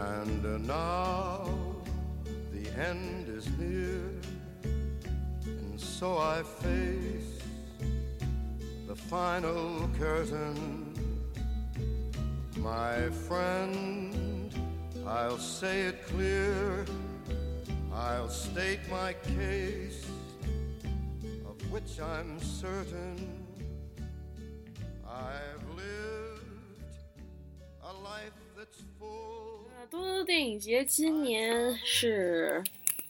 And now the end is near, and so I face the final curtain. My friend, I'll say it clear, I'll state my case, of which I'm certain. I've lived a life that's full. 多伦多电影节今年是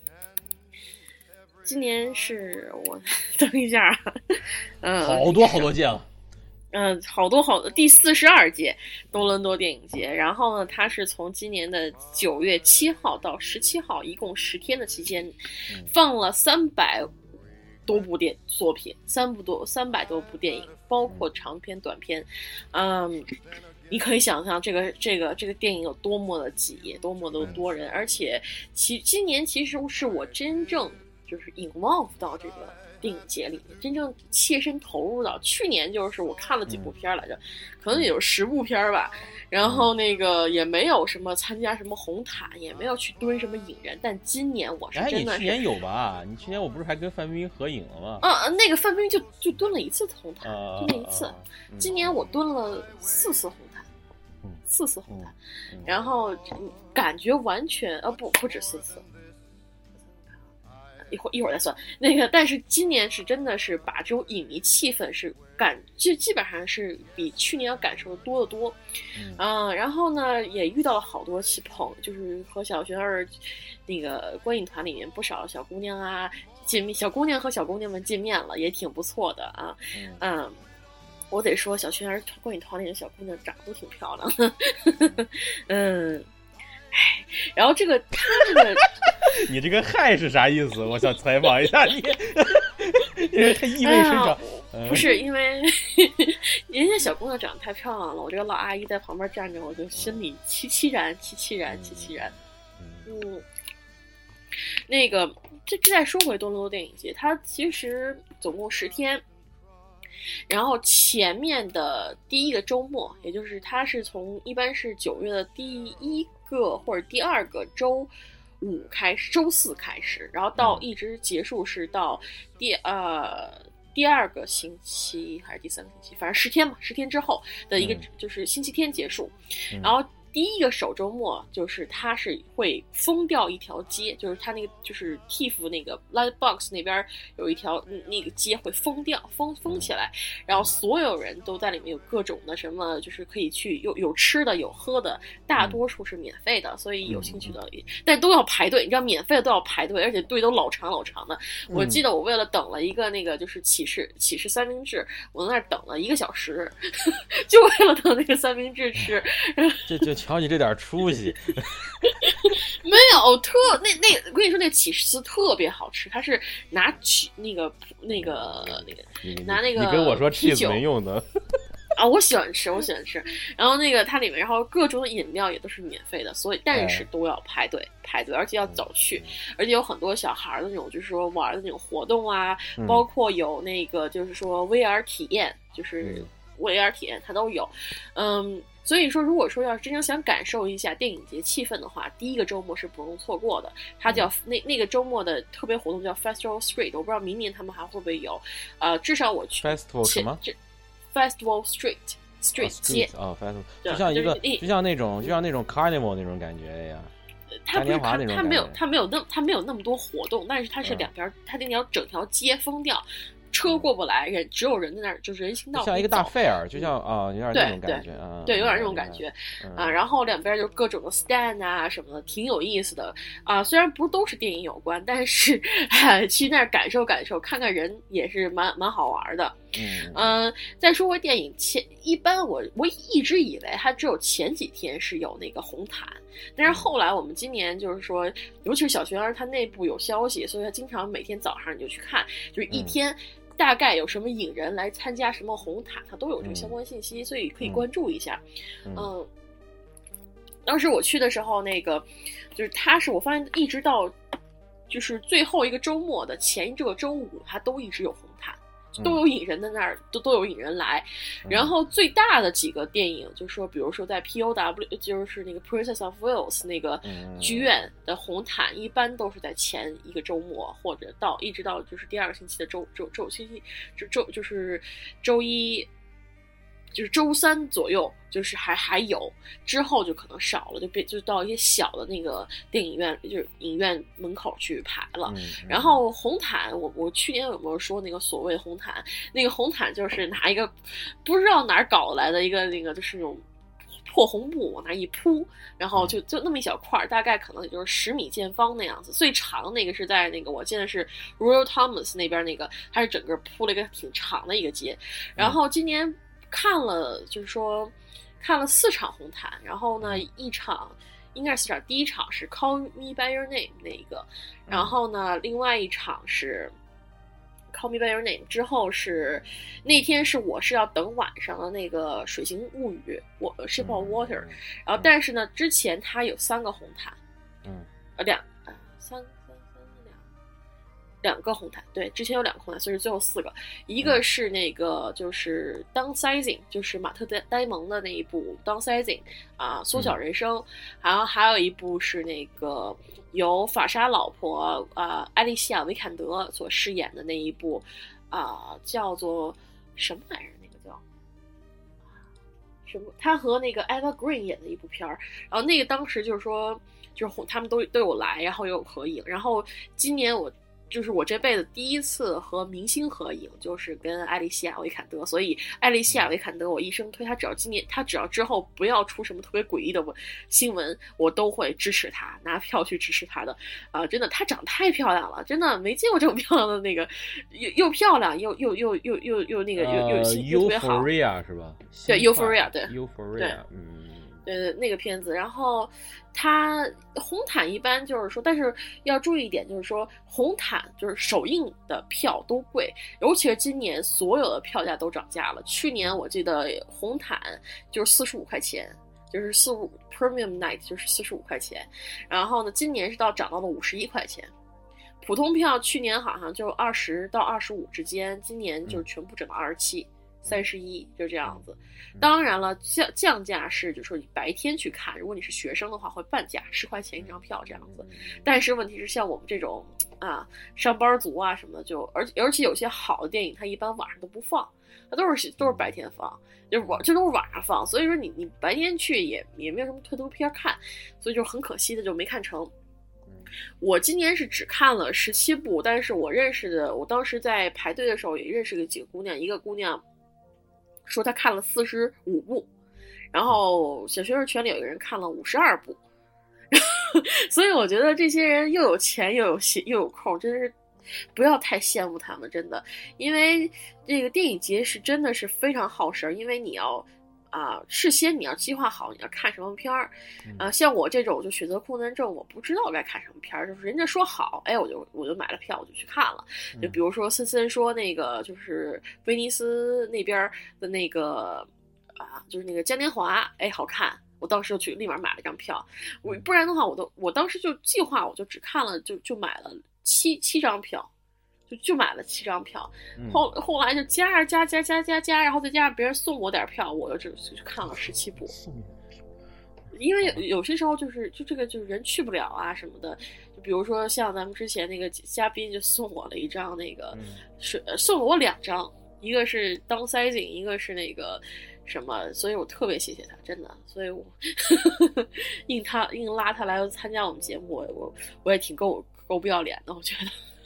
我等一下， 好多届了。 好多第42届多伦多电影节，然后呢，它是从今年的9月7号到17号，一共10天的期间，放了300多部作品，300多部电影，包括长片、短片，你可以想象这个电影有多么的挤，多么的多人，而且今年其实是我真正就是 involve 到这个电影节里面，真正切身投入到。去年就是我看了几部片来着，可能也有10部片吧，然后那个也没有什么参加什么红毯，也没有去蹲什么影人，但今年我是真的是。 你去年有吧？你去年我不是还跟范冰冰合影了吗？ 那个范冰冰就蹲了1次红毯，就那一次。今年我蹲了4次红毯，4次红毯，然后感觉完全不止4次。一会儿再算那个，但是今年是真的是把这种影迷气氛是就基本上是比去年要感受的多得多，然后呢也遇到了好多就是和小学儿那个观影团里面不少小姑娘啊小姑娘和小姑娘们见面了，也挺不错的啊，我得说小学儿观影团里的小姑娘长得都挺漂亮的，然后他这个你这个嗨是啥意思？我想采访一下你，因为他意味深长。 不是因为人家小姑娘长得太漂亮了，我这个老阿姨在旁边站着，我就心里凄然。那个这再说回多伦多电影节，它其实总共10天。然后前面的第一个周末，也就是它是一般是9月的第1个或者第2个周5开始，周4开始，然后到一直结束是到第2个星期还是第3个星期，反正10天嘛，10天之后的一个就是星期天结束，然后。第一个首周末就是它是会封掉一条街，就是它那个就是 TIFF 那个 Lightbox 那边有一条那个街会封起来，然后所有人都在里面有各种的什么，就是可以去有吃的有喝的，大多数是免费的，所以有兴趣的，但都要排队，你知道免费的都要排队，而且队都老长的。我记得我为了等了一个那个就是起士三明治，我在那儿等了1个小时，就为了等那个三明治吃。 就瞧你这点出息。 没有那我跟你说，那起司特别好吃，它是拿那个拿那个你跟我说 cheese 没用的啊，我喜欢吃。然后那个它里面，然后各种饮料也都是免费的，所以但是都要排队，而且要早去，而且有很多小孩的那种就是说玩的那种活动啊，包括有那个就是说 VR 体验，就是VR 体验它都有，所以说如果说要真正想感受一下电影节气氛的话，第一个周末是不容错过的。它叫那个周末的特别活动叫 Festival Street， 我不知道明年他们还会不会有，至少我去 Festival 什么 Festival Street 街 Festival 就像一个就像那种 Carnival 那种感觉呀。 它不是它没有那么多活动，但是它是两边，它那条整条街封掉。车过不来，只有人在那儿，就是人行道， 像一个大 fair， 就像有点那种感觉对，有点那种感觉然后两边就各种的 stand 啊什么的，挺有意思的虽然不都是电影有关，但是去那儿感受感受，看看人也是蛮好玩的。再说回电影，一般我一直以为它只有前几天是有那个红毯，但是后来我们今年就是说，尤其是小学儿，它内部有消息，所以他经常每天早上你就去看，就是一天大概有什么影人来参加什么红毯，它都有这个相关信息，所以可以关注一下。当时我去的时候，那个就是我发现一直到就是最后一个周末的前一个周五，它都一直有红毯。 都有引人的那儿，都有引人来。然后最大的几个电影，就是说，比如说在 POW， 就是那个 Princess of Wales 那个剧院的红毯，一般都是在前一个周末，或者一直到就是第2个星期的就是周一。就是周3左右，就是还有，之后就可能少了，就到一些小的那个电影院，就是影院门口去排了。然后红毯，我去年有没有说那个所谓红毯？那个红毯就是拿一个不知道哪儿搞来的一个那个就是那种破红布往那一铺，然后就那么一小块，大概可能也就是10米见方那样子。最长那个是在那个我记得是 Royal Thomas 那边那个，它是整个铺了一个挺长的一个街。然后今年看了4场红毯，然后呢一场应该是4场，第一场是 Call Me By Your Name 那一个，然后呢另外一场是 Call Me By Your Name 之后是那天我是要等晚上的那个水形物语Shape of Water， 然后但是呢之前它有3个红毯，两个红毯，对，之前有2个红毯，所以是最后4个。一个是那个就是 Downsizing， 就是马特呆蒙的那一部 Downsizing 缩小人生，然后还有一部是那个由法莎老婆艾丽西亚维坎德所饰演的那一部叫做什么来着？那个叫什么？他和那个 Eva Green 演的一部片儿，然后那个当时就是说，就是他们都有来，然后又有合影，然后今年就是我这辈子第一次和明星合影，就是跟艾丽西亚维坎德，所以艾丽西亚维坎德我一生推，她只要之后不要出什么特别诡异的新闻，我都会支持她，拿票去支持她的。真的，她长得太漂亮了，真的没见过这么漂亮的那个，又漂亮又那个又心情特别好。 Euphoria 是吧？ 对 ，Euphoria 对 ，Euphoria， 那个片子，然后它红毯一般就是说，但是要注意一点，就是说红毯就是首映的票都贵，尤其是今年所有的票价都涨价了。去年我记得红毯就是45块钱，就是Premium Night 就是45块钱，然后呢，今年是涨到了51块钱。普通票去年好像就20到25之间，今年就全部涨到27。31就这样子，当然了，降价是就是说你白天去看，如果你是学生的话会半价，10块钱一张票这样子。但是问题是像我们这种上班族什么的，而且有些好的电影它一般晚上都不放，它都是白天放，这都是晚上放，所以说你白天去也没有什么特片看，所以就很可惜的就没看成。我今年是只看了17部，但是我当时在排队的时候也认识了几个姑娘，一个姑娘说他看了45部，然后小学生群里有一个人看了52部，所以我觉得这些人又有钱又有空，真是不要太羡慕他们，真的，因为这个电影节是真的是非常耗神，因为你要事先你要计划好你要看什么片儿，像我这种就选择困难症，我不知道该看什么片儿，就是人家说好，我就买了票，我就去看了。就比如说森森说那个就是威尼斯那边的那个就是那个嘉年华，好看，我当时就去立马买了张票。不然的话，我当时就计划我就只看了就买了七张票。就买了7张票，后来就加，然后再加上别人送我点票，我就看了17部。因为有些时候就这个就是人去不了什么的，就比如说像咱们之前那个嘉宾就送我了一张那个，送了我2张，一个是 Downsizing， 一个是那个什么，所以我特别谢谢他，真的，所以我硬拉他来参加我们节目，我也挺够不要脸的，我觉得。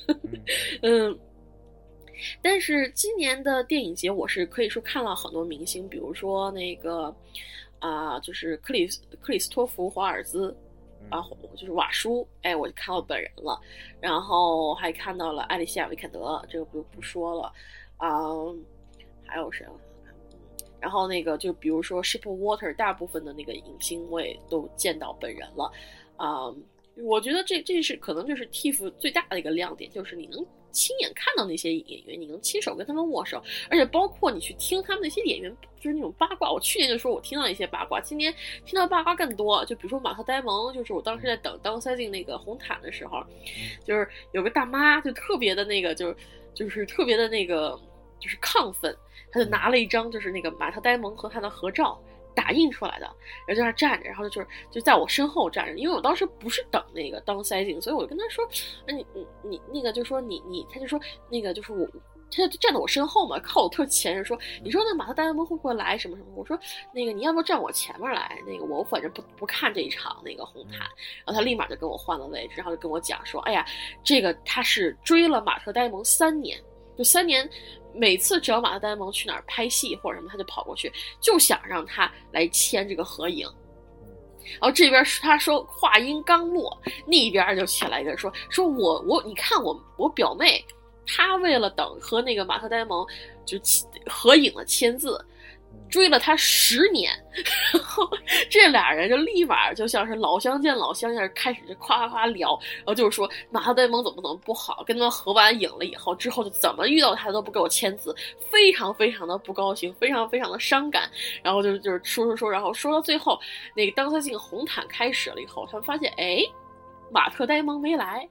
但是今年的电影节我是可以说看了很多明星，比如说那个就是克里斯托弗·华尔兹，就是瓦叔，我就看到本人了，然后还看到了艾丽西亚·维坎德，这个不说了，还有谁？然后那个就比如说 Shape of Water， 大部分的那个影星我也都见到本人了，我觉得这是可能就是 TIFF 最大的一个亮点，就是你能亲眼看到那些演员，你能亲手跟他们握手，而且包括你去听他们那些演员，就是那种八卦。我去年就说我听到一些八卦，今年听到八卦更多。就比如说马特呆蒙，就是我当时在等Downsizing那个红毯的时候，就是有个大妈就特别的那个就是特别的那个就是亢奋，他就拿了一张就是那个马特·呆蒙和他的合照打印出来的，然后在那站着，然后就在我身后站着，因为我当时不是等那个当塞进，所以我就跟他说，你那个就说你他就说那个就是我。他就站在我身后嘛，靠我特前着说，你说那马特·戴蒙会不会来什么什么？我说那个你要不要站我前面来？那个我反正不看这一场那个红毯。然后他立马就跟我换了位置，然后就跟我讲说，哎呀，这个他是追了马特·戴蒙3年，就3年，每次只要马特·戴蒙去哪儿拍戏或者什么，他就跑过去，就想让他来签这个合影。然后这边他说话音刚落，那边就起来一个人说我你看我表妹。他为了等和那个马特·戴蒙就合影的签字，追了他10年，然后这俩人就立马就像是老乡见老乡一样，开始就夸夸夸聊，然后就是说马特·戴蒙怎么不好，跟他们合完影了以后之后就怎么遇到他都不给我签字，非常非常的不高兴，非常非常的伤感，然后就是说，然后说到最后那个当他这个红毯开始了以后，他们发现哎，马特·戴蒙没来。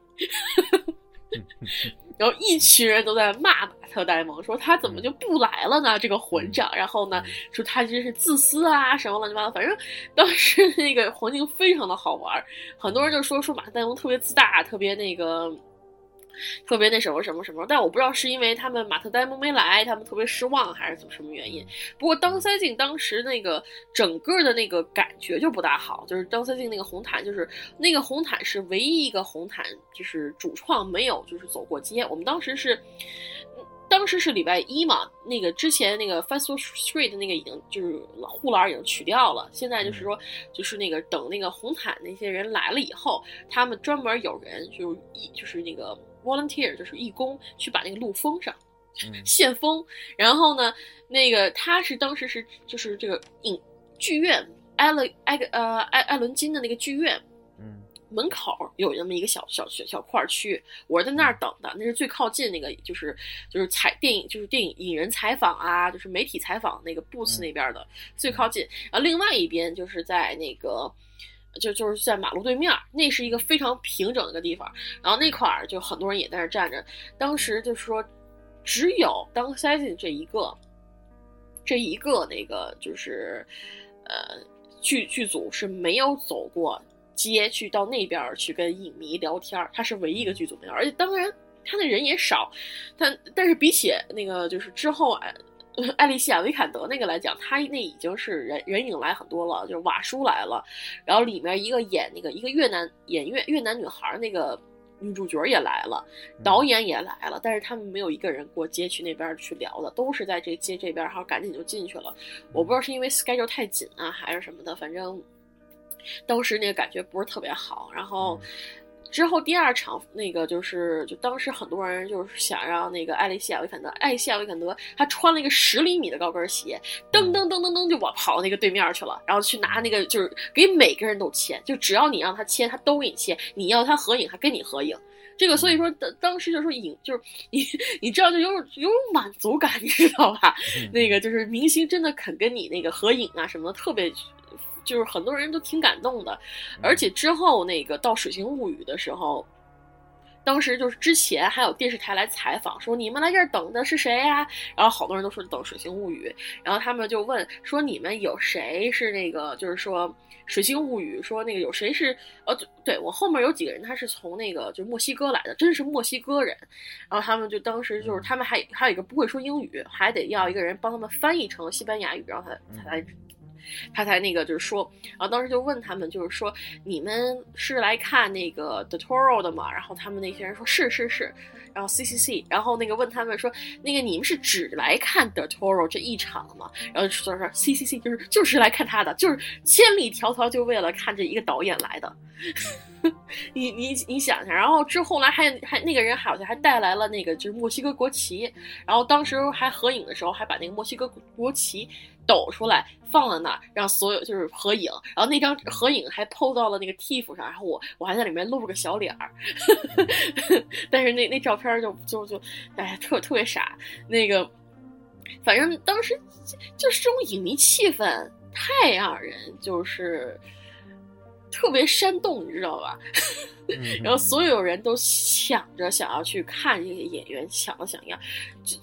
然后一群人都在骂马特·戴蒙，说他怎么就不来了呢？这个混账！然后呢，说他真是自私啊，什么乱七八糟。反正当时那个环境非常的好玩，很多人就说马特·戴蒙特别自大，特别那什么什么什么，但我不知道是因为他们马特·戴蒙没来，他们特别失望，还是什么原因。不过当塞进当时那个整个的那个感觉就不大好，就是当塞进那个红毯，就是那个红毯是唯一一个红毯，就是主创没有就是走过街。我们当时是礼拜一嘛，那个之前那个 Festival Street 那个已经就是护栏已经取掉了，现在就是说就是那个等那个红毯那些人来了以后，他们专门有人就是那个 volunteer 就是义工去把那个路封上，现封。然后呢，那个他是当时是就是这个剧院艾伦金的那个剧院。门口有那么一个小块区，我是在那儿等的，那是最靠近那个就是电影引人采访啊，就是媒体采访那个 booth 那边的最靠近。然后另外一边就是在那个就是在马路对面，那是一个非常平整的一个地方。然后那块儿就很多人也在那儿站着。当时就是说，只有当塞进这一个那个就是剧组是没有走过街去到那边去跟影迷聊天，他是唯一一个剧组没有，而且当然他的人也少，但是比起那个就是之后艾丽西亚·维坎德那个来讲，他那已经是人影来很多了，就是瓦舒来了，然后里面一个越南女孩那个女主角也来了，导演也来了，但是他们没有一个人过街去那边去聊的，都是在这街这边，然后赶紧就进去了。我不知道是因为 schedule 太紧啊，还是什么的，反正当时那个感觉不是特别好。然后之后第二场那个就当时很多人就是想让那个艾丽西亚·维坎德她穿了一个10厘米的高跟鞋，噔噔噔噔噔就跑那个对面去了，然后去拿那个就是给每个人都签，就只要你让他签他都给你签，你要他合影还跟你合影。这个所以说当时就说就是你知道就有种满足感，你知道吧？那个就是明星真的肯跟你那个合影啊什么的，特别就是很多人都挺感动的。而且之后那个到《水形物语》的时候，当时就是之前还有电视台来采访说你们来这儿等的是谁呀？然后好多人都说等《水形物语》，然后他们就问说你们有谁是那个就是说《水形物语》说那个有谁是对我后面有几个人他是从那个就是墨西哥来的，真是墨西哥人。然后他们就当时就是他们还有一个不会说英语，还得要一个人帮他们翻译成西班牙语，然后他才那个就是说，然后当时就问他们，就是说你们是来看那个 The Toro 的吗？然后他们那些人说是，然后 CCC， 然后那个问他们说，那个你们是只来看 The Toro 这一场的吗？然后说 CCC 就是来看他的，就是千里迢迢就为了看这一个导演来的。你想想，然后后来还那个人好像还带来了那个就是墨西哥国旗，然后当时还合影的时候还把那个墨西哥国旗抖出来放在那儿，让所有就是合影，然后那张合影还 PO 到了那个 TIFF 上，然后我还在里面露了个小脸儿，但是那照片就哎特别傻，那个反正当时就是这种影迷气氛太让人就是特别煽动，你知道吧？然后所有人都抢着想要去看这些演员，抢着想要。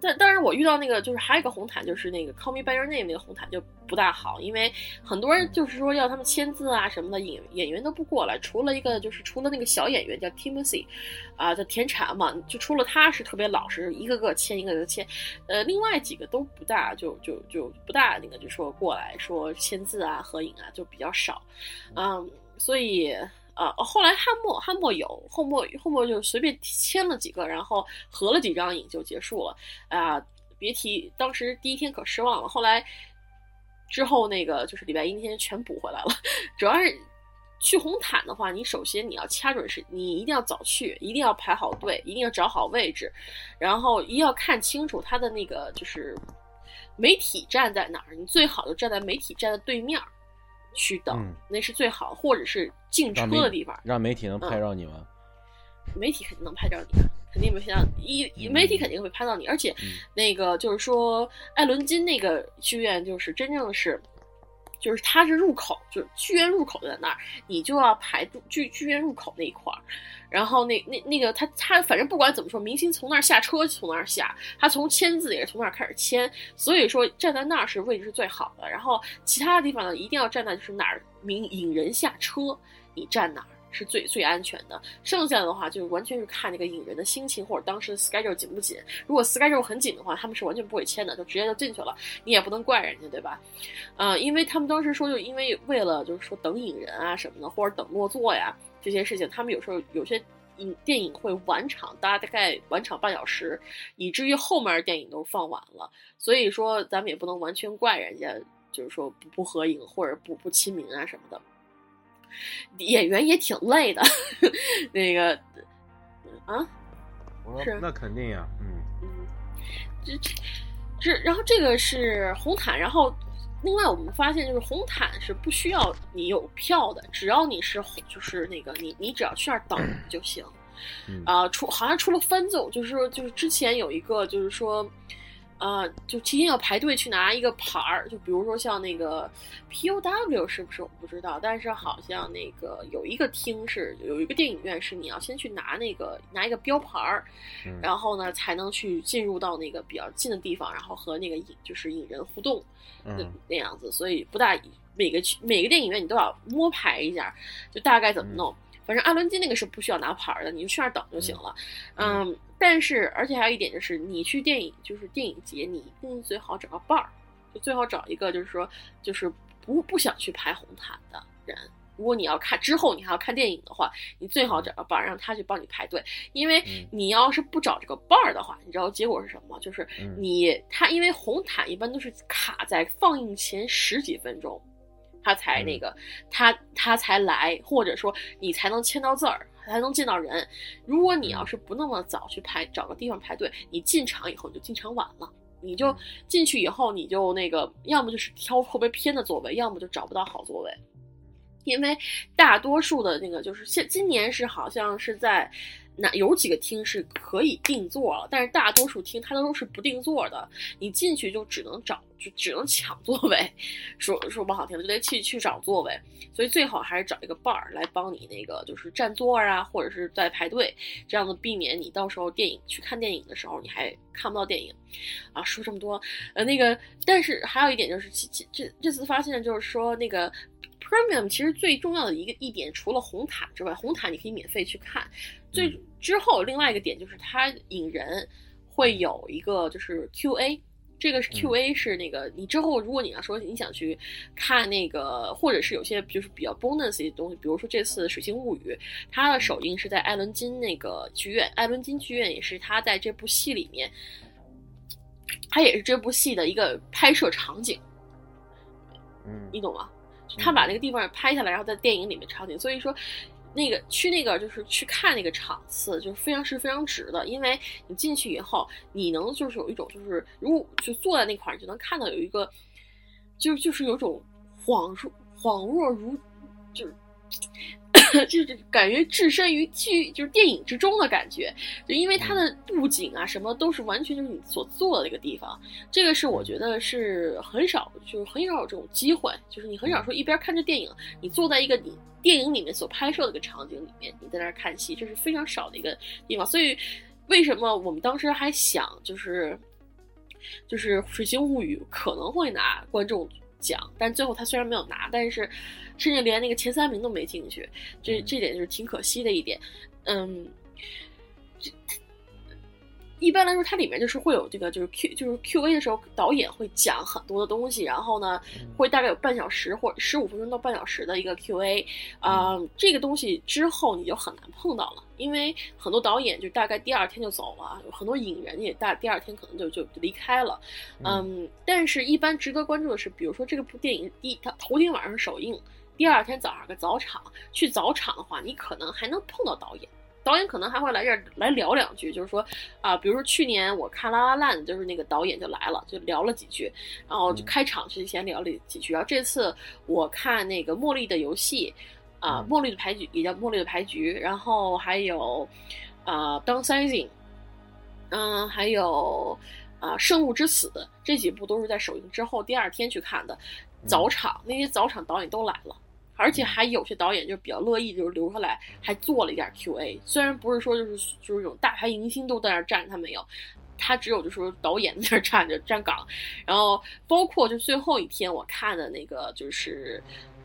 当然我遇到那个就是还有一个红毯，就是那个 Call Me by Your Name 那个红毯就不大好，因为很多人就是说要他们签字啊什么的，演员都不过来，除了那个小演员叫 Timothy 叫田产嘛，就除了他是特别老实，一个个签，另外几个都不大就不大那个就说过来说签字啊合影啊就比较少，所以后来汉默有后默就随便签了几个，然后合了几张影就结束了别提当时第一天可失望了，后来之后那个就是礼拜一那天全补回来了。主要是去红毯的话，你首先你要掐准时，你一定要早去，一定要排好队，一定要找好位置，然后一定要看清楚他的那个就是媒体站在哪儿，你最好就站在媒体站在对面去等，那是最好，或者是进车的地方， 让媒体能拍着你吗？ 媒体肯定能拍着你，肯定没拍到媒体肯定会拍到你，而且那个就是说艾伦金那个剧院就是真正是。就是它是入口，就是剧院入口在那儿，你就要排剧院入口那一块儿。然后那个他反正不管怎么说，明星从那儿下车从那儿下，他从签字也是从那儿开始签，所以说站在那儿是位置是最好的。然后其他的地方呢，一定要站在就是哪儿引人下车，你站哪儿是最安全的。剩下的话就是完全是看那个引人的心情或者当时的 schedule 紧不紧。如果 schedule 很紧的话，他们是完全不会签的，就直接就进去了，你也不能怪人家，对吧？因为他们当时说就因为为了就是说等引人啊什么的，或者等落座呀这些事情，他们有时候有些电影会晚场，大概晚场半小时，以至于后面的电影都放晚了。所以说咱们也不能完全怪人家，就是说不合影或者不亲民啊什么的。演员也挺累的，那个我说那肯定呀， 然后这个是红毯，然后另外我们发现就是红毯是不需要你有票的，只要你是就是那个你只要去那儿等就行，好像除了翻奏，就是之前有一个就是说。就提前要排队去拿一个牌儿，就比如说像那个 POW 是不是我不知道，但是好像那个有一个厅是有一个电影院是你要先去拿一个标牌儿，然后呢才能去进入到那个比较近的地方，然后和那个就是引人互动那样子，所以不大每个电影院你都要摸排一下，就大概怎么弄。反正阿伦金那个是不需要拿牌的，你就去那儿等就行了。但是而且还有一点就是，你去电影节，你一定最好找个伴儿，就最好找一个就是说就是不想去排红毯的人。如果你要看之后你还要看电影的话，你最好找个伴儿，让他去帮你排队。因为你要是不找这个伴儿的话，你知道结果是什么吗？就是他因为红毯一般都是卡在放映前10几分钟。他才那个，他才来，或者说你才能签到字儿，才能见到人。如果你要是不那么早去找个地方排队，你进场以后你就进场晚了，你就进去以后你就那个，要么就是挑后边偏的座位，要么就找不到好座位。因为大多数的那个就是今年是好像是在。有几个厅是可以定座了，但是大多数厅它都是不定座的，你进去就只能抢座位，说不好听就得去找座位，所以最好还是找一个伴儿来帮你那个就是占座啊，或者是在排队，这样子避免你到时候去看电影的时候你还看不到电影啊。说这么多，那个但是还有一点就是这次发现就是说那个。Premium 其实最重要的一点，除了红毯之外，红毯你可以免费去看。之后另外一个点就是它引人会有一个就是 QA， 这个是 QA 是那个你之后如果你要说你想去看那个，或者是有些就是比较 bonus 的东西，比如说这次《水星物语》，它的首映是在艾伦金那个剧院，艾伦金剧院也是它在这部戏里面，它也是这部戏的一个拍摄场景，你懂吗？他把那个地方拍下来，然后在电影里面场景，所以说那个就是去看那个场次，就是非常值的，因为你进去以后，你能就是有一种就是如果就坐在那块儿，你就能看到有一个就是有种恍若如就是就是感觉置身于就是电影之中的感觉，就因为它的布景啊什么都是完全就是你所坐的那个地方，这个是我觉得是很少有这种机会，就是你很少说一边看着电影，你坐在一个你电影里面所拍摄的一个场景里面，你在那儿看戏，这是非常少的一个地方。所以为什么我们当时还想就是就是《水形物语》可能会拿观众奖，但最后他虽然没有拿，但是甚至连那个前3名都没进去，这点就是挺可惜的一点。一般来说，它里面就是会有这个，就是 Q&A 的时候，导演会讲很多的东西，然后呢，会大概有半小时或者15分钟到半小时的一个 Q&A，这个东西之后你就很难碰到了，因为很多导演就大概第2天就走了，很多影人也第2天可能就离开了，但是一般值得关注的是，比如说这个部电影头天晚上首映，第2天早上个早场，去早场的话，你可能还能碰到导演。导演可能还会来这儿来聊2句，就是说比如说去年我看《La La Land》，就是那个导演就来了，就聊了几句，然后就开场之前聊了几句。然后这次我看那个《茉莉的游戏》茉莉的牌局也叫《茉莉的牌局》，然后还有Downsizing，还有圣物之死，这几部都是在首映之后第2天去看的早场，那些早场导演都来了。而且还有些导演就比较乐意，就是留下来，还做了一点 Q&A。虽然不是说就是这种大牌明星都在那儿站，他没有，他只有就是说导演在那儿站着站岗。然后包括就最后一天我看的那个就是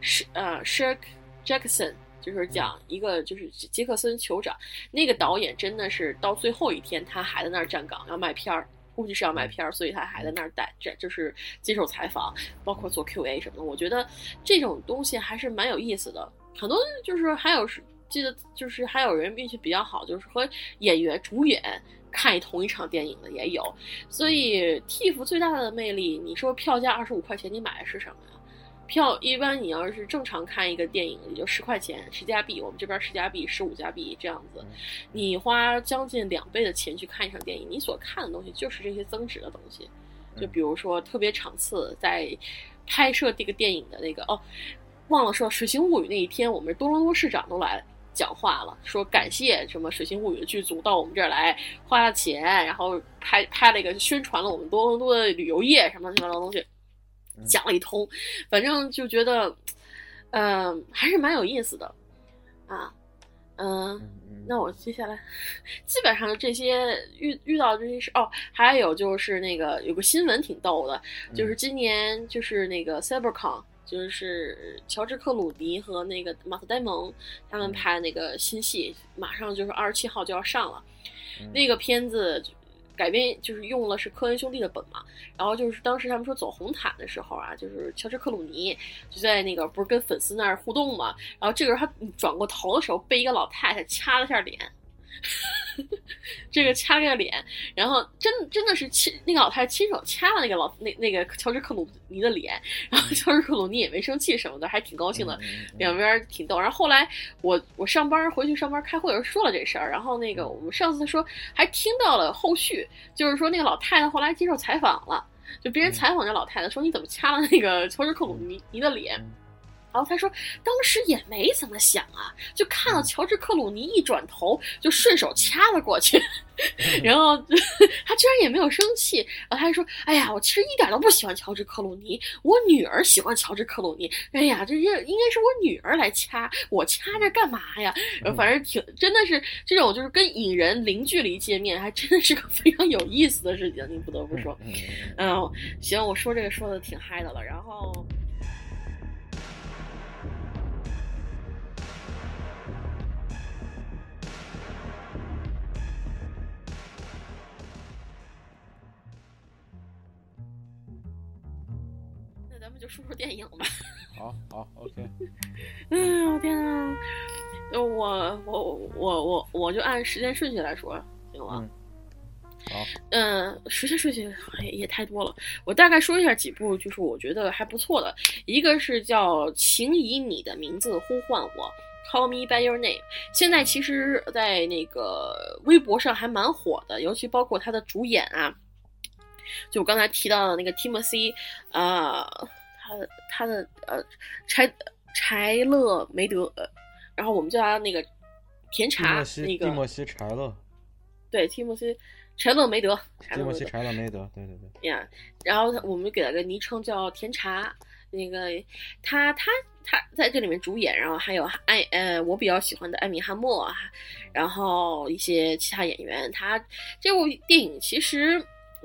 Shirk Jackson， 就是讲一个就是杰克森酋长，那个导演真的是到最后一天他还在那儿站岗要卖片儿。估计是要卖片，所以他还在那儿就是接受采访，包括做 Q&A 什么的。我觉得这种东西还是蛮有意思的。很多就是还有记得就是还有人运气比较好，就是和演员主演看同一场电影的也有。所以 TIFF 最大的魅力，你说票价25块钱，你买的是什么呀？票一般你要是正常看一个电影也就10块钱10加币，我们这边10加币15加币这样子，你花将近2倍的钱去看一场电影，你所看的东西就是这些增值的东西。就比如说特别场次，在拍摄这个电影的那个忘了说《水形物语》那一天，我们多伦多市长都来讲话了，说感谢什么《水形物语》的剧组到我们这儿来花了钱，然后拍了一个宣传了我们多伦多的旅游业什么什么的东西。讲了一通，反正就觉得，还是蛮有意思的，那我接下来基本上这些遇到这些事还有就是那个有个新闻挺逗的，就是今年就是那个 CyberCon， 就是乔治克鲁尼和那个马特戴蒙他们拍那个新戏，马上就是27号就要上了，那个片子。改编就是用了是科恩兄弟的本嘛，然后就是当时他们说走红毯的时候就是乔治克鲁尼就在那个不是跟粉丝那儿互动嘛，然后这个时候他转过头的时候被一个老太太掐了下脸，这个掐了个脸，然后真的是那个老太太亲手掐了那个乔治克鲁尼的脸，然后乔治克鲁尼也没生气什么的，还挺高兴的，两边挺逗。然后后来我回去上班开会的时候说了这事儿，然后那个我们上司说还听到了后续，就是说那个老太太后来接受采访了，就别人采访这老太太说你怎么掐了那个乔治克鲁尼的脸。然后他说当时也没怎么想就看到乔治克鲁尼一转头就顺手掐了过去，然后他居然也没有生气，然后他还说哎呀我其实一点都不喜欢乔治克鲁尼，我女儿喜欢乔治克鲁尼，哎呀这应该是我女儿来掐，我掐着干嘛呀，反正真的是这种就是跟影人零距离见面还真的是个非常有意思的事情，你不得不说。行，我说这个说的挺嗨的了，然后咱们就说说电影吧。 好 OK。 我天啊！我就按时间顺序来说，行吗？ 好。 时间顺序也太多了，我大概说一下几部，就是我觉得还不错的。一个是叫《请以你的名字呼唤我》，Call Me by Your Name。现在其实，在那个微博上还蛮火的，尤其包括他的主演就我刚才提到的那个 Timothy， 他的柴勒梅德，然后我们叫他那个甜茶，那个蒂莫西柴勒， 对，蒂莫西柴勒梅德， 蒂莫西柴勒梅德，对呀。然后我们给了个昵称叫甜茶，那个他在这里面主演，然后还有我比较喜欢的艾米哈默，然后一些其他演员。他这部电影其实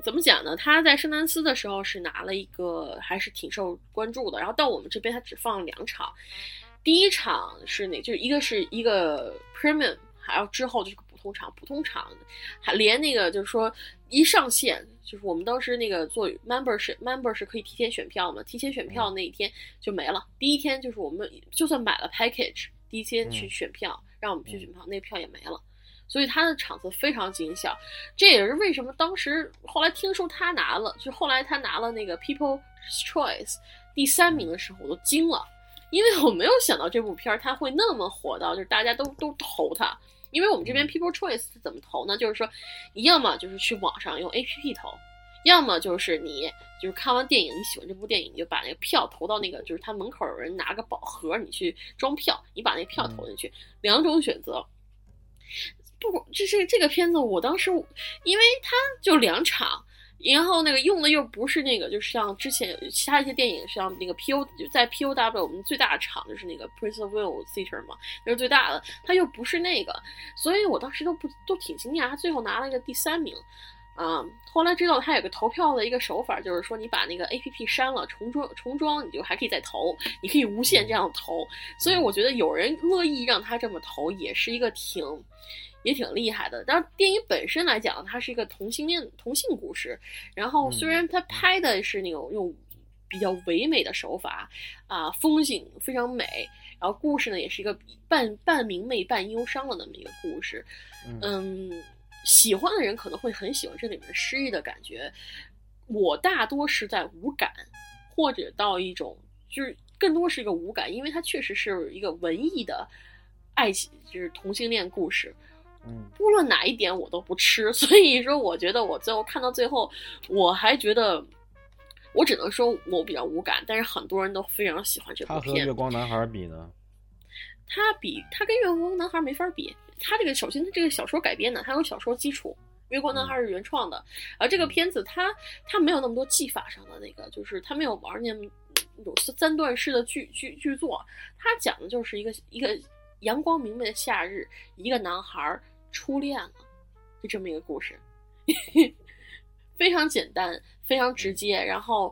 怎么讲呢？他在圣丹斯的时候是拿了一个还是挺受关注的，然后到我们这边他只放了2场，第一场是就是一个 premium， 还有之后就是个普通场还连那个就是说一上线，就是我们当时那个做 member 是可以提前选票嘛，提前选票那一天就没了。第一天就是我们就算买了 package， 第一天去选票，让我们去选票，那票也没了。所以他的场子非常惊小，这也是为什么当时后来听说他拿了，就后来他拿了那个 People's Choice 第3名的时候，我都惊了，因为我没有想到这部片他会那么火到，就是大家都投他。因为我们这边 People's Choice 是怎么投呢？就是说，你要么就是去网上用 APP 投，要么就是你就是看完电影，你喜欢这部电影，你就把那个票投到那个就是他门口有人拿个宝盒，你去装票，你把那个票投进去，2种选择。不，这个片子，我当时因为它就2场，然后那个用的又不是那个，就是像之前其他一些电影，像那个 在 POW 我们最大的场就是那个 Prince of Wales Theater 嘛，那是最大的，它又不是那个，所以我当时都挺惊讶，他最后拿了一个第3名。后来知道他有个投票的一个手法，就是说你把那个 APP 删了，重装，你就还可以再投，你可以无限这样投。所以我觉得有人乐意让他这么投，也是一个也挺厉害的。当然，电影本身来讲，它是一个同性故事。然后虽然它拍的是那种用比较唯美的手法风景非常美，然后故事呢也是一个半明媚半忧伤的那么一个故事。喜欢的人可能会很喜欢这里面诗意的感觉，我大多是在无感，或者到一种就是更多是一个无感，因为它确实是一个文艺的爱情，就是同性恋故事。无论哪一点我都不吃，所以说我觉得我最后看到最后，我还觉得我只能说我比较无感，但是很多人都非常喜欢这部片。 他和月光男孩比呢？ 他跟月光男孩没法比。他首先他这个小说改编的，他有小说基础，月光男孩是原创的，而这个片子他没有那么多技法上的那个，就是他没有玩那种3段式的剧作，他讲的就是一个阳光明媚的夏日，一个男孩初恋了，就这么一个故事，非常简单，非常直接，然后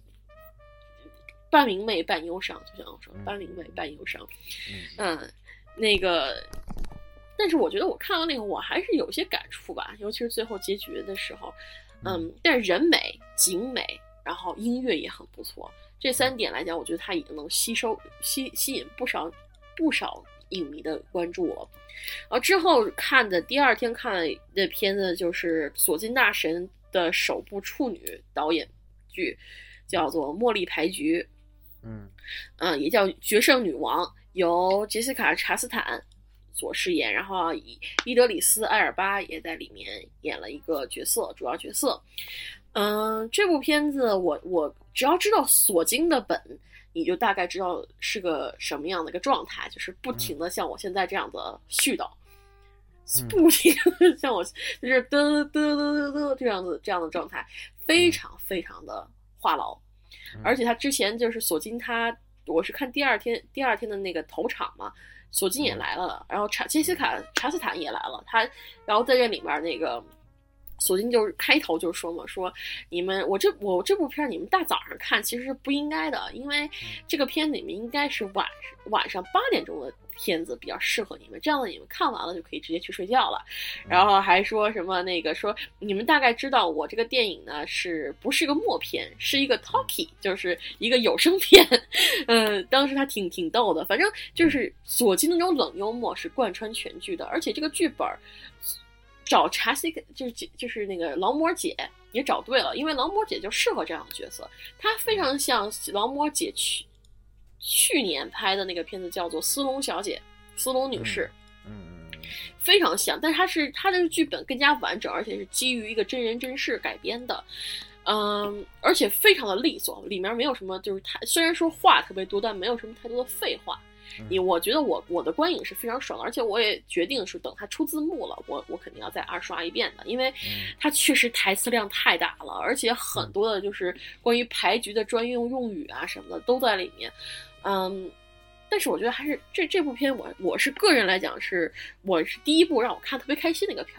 半明媚半忧伤，就像我说，半明媚半忧伤，那个。但是我觉得我看到那个我还是有些感触吧，尤其是最后结局的时候，但是人美、景美，然后音乐也很不错，这3点来讲，我觉得它已经能吸引不少影迷的关注了。之后第二天看的片子就是索金大神的首部处女导演剧，叫做《茉莉牌局》，也叫《决胜女王》，由杰西卡·查斯坦所饰演，然后伊德里斯·埃尔巴也在里面演了一个主要角色。这部片子我只要知道索金的本，你就大概知道是个什么样的一个状态，就是不停的像我现在这样的絮叨，不停的像我就是嘚嘚嘚嘚这样的状态，非常非常的话痨。而且他之前就是索金我是看第二天的那个头场嘛。索金也来了，然后杰西卡·查斯坦也来了，然后在这里面那个索金就是开头就说嘛，说我这部片你们大早上看其实是不应该的，因为这个片你们应该是晚上8点钟的片子比较适合你们，这样的你们看完了就可以直接去睡觉了。然后还说什么那个说你们大概知道我这个电影呢是不是个默片，是一个 talkie， 就是一个有声片。当时他挺逗的，反正就是索金那种冷幽默是贯穿全剧的，而且这个剧本找查西就是那个劳模姐也找对了，因为劳模姐就适合这样的角色，她非常像劳模姐去年拍的那个片子叫做《斯隆小姐》，斯隆女士，非常像，但是她的剧本更加完整，而且是基于一个真人真事改编的，而且非常的利索，里面没有什么就是虽然说话特别多，但没有什么太多的废话。我觉得我的观影是非常爽的，而且我也决定是等它出字幕了，我肯定要再2刷一遍的，因为它确实台词量太大了，而且很多的就是关于牌局的专用语啊什么的都在里面。但是我觉得还是这部片我是个人来讲我是第一部让我看特别开心的一个片儿。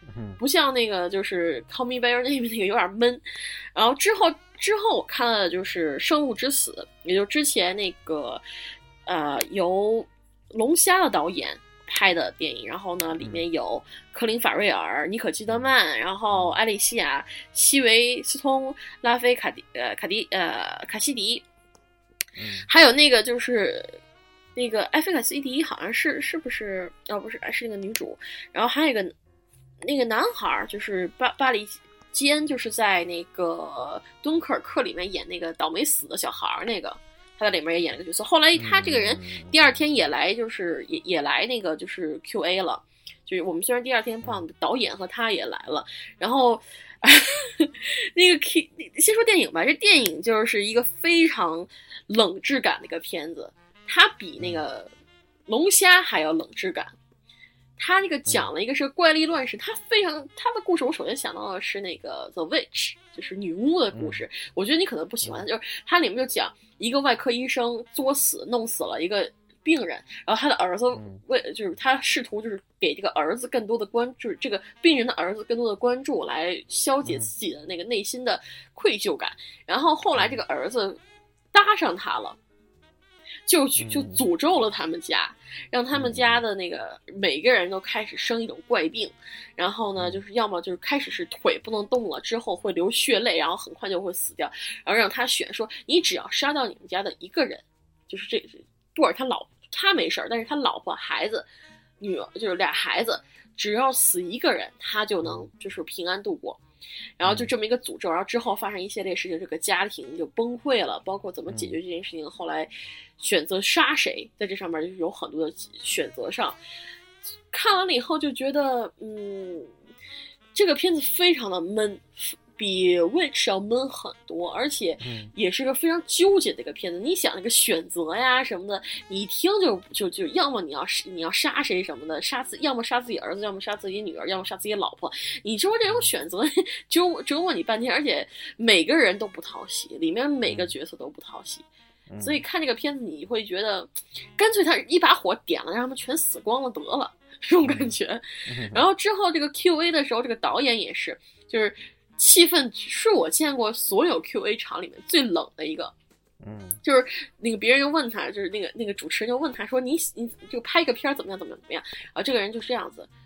不像那个就是《Call Me by Your Name》那个有点闷。然后之后我看了就是《生物之死》，也就之前那个由龙虾的导演拍的电影，然后呢里面有科林·法瑞尔、妮可基德曼，然后艾莉西亚·希维斯通、拉菲卡西迪，还有那个就是那个艾菲卡西迪好像是不是不是是那个女主，然后还有一个那个男孩就是巴里基恩，就是在那个敦刻尔克里面演那个倒霉死的小孩那个。他在里面也演了个角色，后来他这个人第二天也来，就是也来那个就是 QA 了，就是我们虽然第二天放导演和他也来了，然后那个先说电影吧，这电影就是一个非常冷质感的一个片子，它比那个龙虾还要冷质感。他那个讲了一个是怪力乱神，他的故事我首先想到的是那个 The Witch， 就是女巫的故事。我觉得你可能不喜欢，就是它里面就讲一个外科医生弄死了一个病人，然后他的儿子就是他试图就是给这个儿子更多的就是这个病人的儿子更多的关注，来消解自己的那个内心的愧疚感。然后后来这个儿子搭上他了。就诅咒了他们家，让他们家的那个每个人都开始生一种怪病，然后呢，就是要么就是开始是腿不能动了，之后会流血泪，然后很快就会死掉，然后让他选说，你只要杀掉你们家的一个人，就是这布尔他没事儿，但是他老婆孩子女儿就是俩孩子，只要死一个人，他就能就是平安度过。然后就这么一个诅咒，然后之后发生一系列事情，这个家庭就崩溃了，包括怎么解决这件事情，后来选择杀谁，在这上面就是有很多的选择上。看完了以后就觉得，这个片子非常的闷，比 Witch 要闷很多，而且也是个非常纠结的一个片子。你想那个选择呀什么的，你一听就要么你要杀谁什么的，要么杀自己儿子，要么杀自己女儿，要么杀自己老婆。你说这种选择折磨你半天，而且每个人都不讨喜，里面每个角色都不讨喜。所以看这个片子你会觉得，干脆他一把火点了，让他们全死光了得了，这种感觉。然后之后这个 QA 的时候，这个导演也是，就是气氛是我见过所有 QA 场里面最冷的一个。就是那个别人就问他，就是那个主持人就问他说，你就拍一个片怎么样？然后这个人就这样子，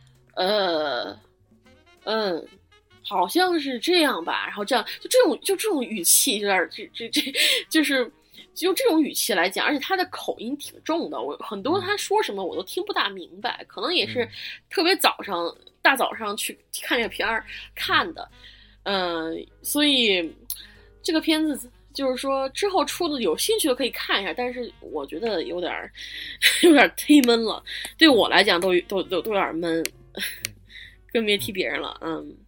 好像是这样吧。然后这样就这种语气，有点就是用这种语气来讲，而且他的口音挺重的，我很多他说什么我都听不大明白，可能也是特别大早上去看这个片儿看的。所以这个片子就是说之后出的有兴趣的可以看一下，但是我觉得有点忒闷了，对我来讲都有点闷，更别提别人了。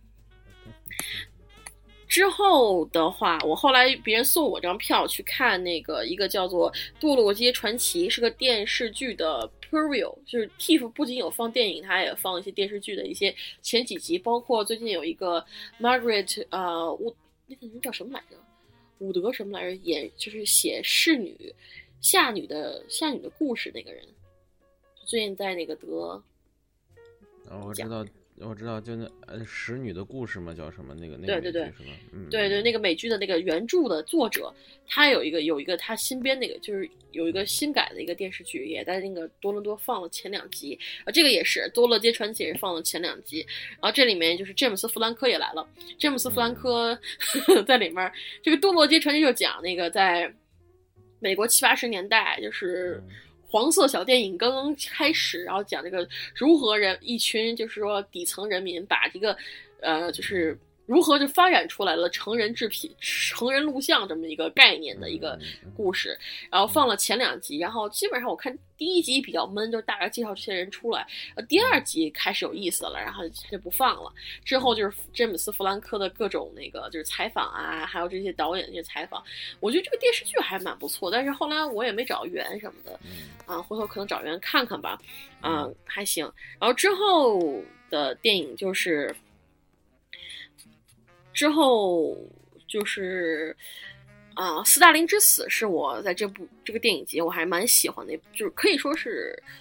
之后的话，我后来别人送我张票去看那个一个叫做《堕落街传奇》，是个电视剧的 preview， 就是 TIFF 不仅有放电影，它也放一些电视剧的一些前几集，包括最近有一个 Margaret 那个人叫什么来着？伍德什么来着？就是写夏女的故事那个人，最近在那个得。 我知道，就那使女的故事嘛，叫什么那个对是吧？ 对，那个美剧的那个原著的作者，他有一个他新编那个，就是有一个新改的一个电视剧，也在那个多伦多放了前2集。这个也是《多乐街传奇》也是放了前2集。然后这里面就是詹姆斯·弗兰科也来了，詹姆斯·弗兰科在里面。这个《多乐街传奇》就讲那个在美国70、80年代，就是黄色小电影刚刚开始，然后讲这个如何一群就是说底层人民把这个就是如何就发展出来了成人制品、成人录像这么一个概念的一个故事，然后放了前2集，然后基本上我看第1集比较闷，就大概介绍这些人出来，第2集开始有意思了，然后他就不放了。之后就是詹姆斯·弗兰科的各种那个就是采访啊，还有这些导演的一些采访，我觉得这个电视剧还蛮不错，但是后来我也没找源什么的，回头可能找源看看吧，还行。然后之后的电影就是斯大林之死是我在这个电影节我还蛮喜欢的，就是可以说是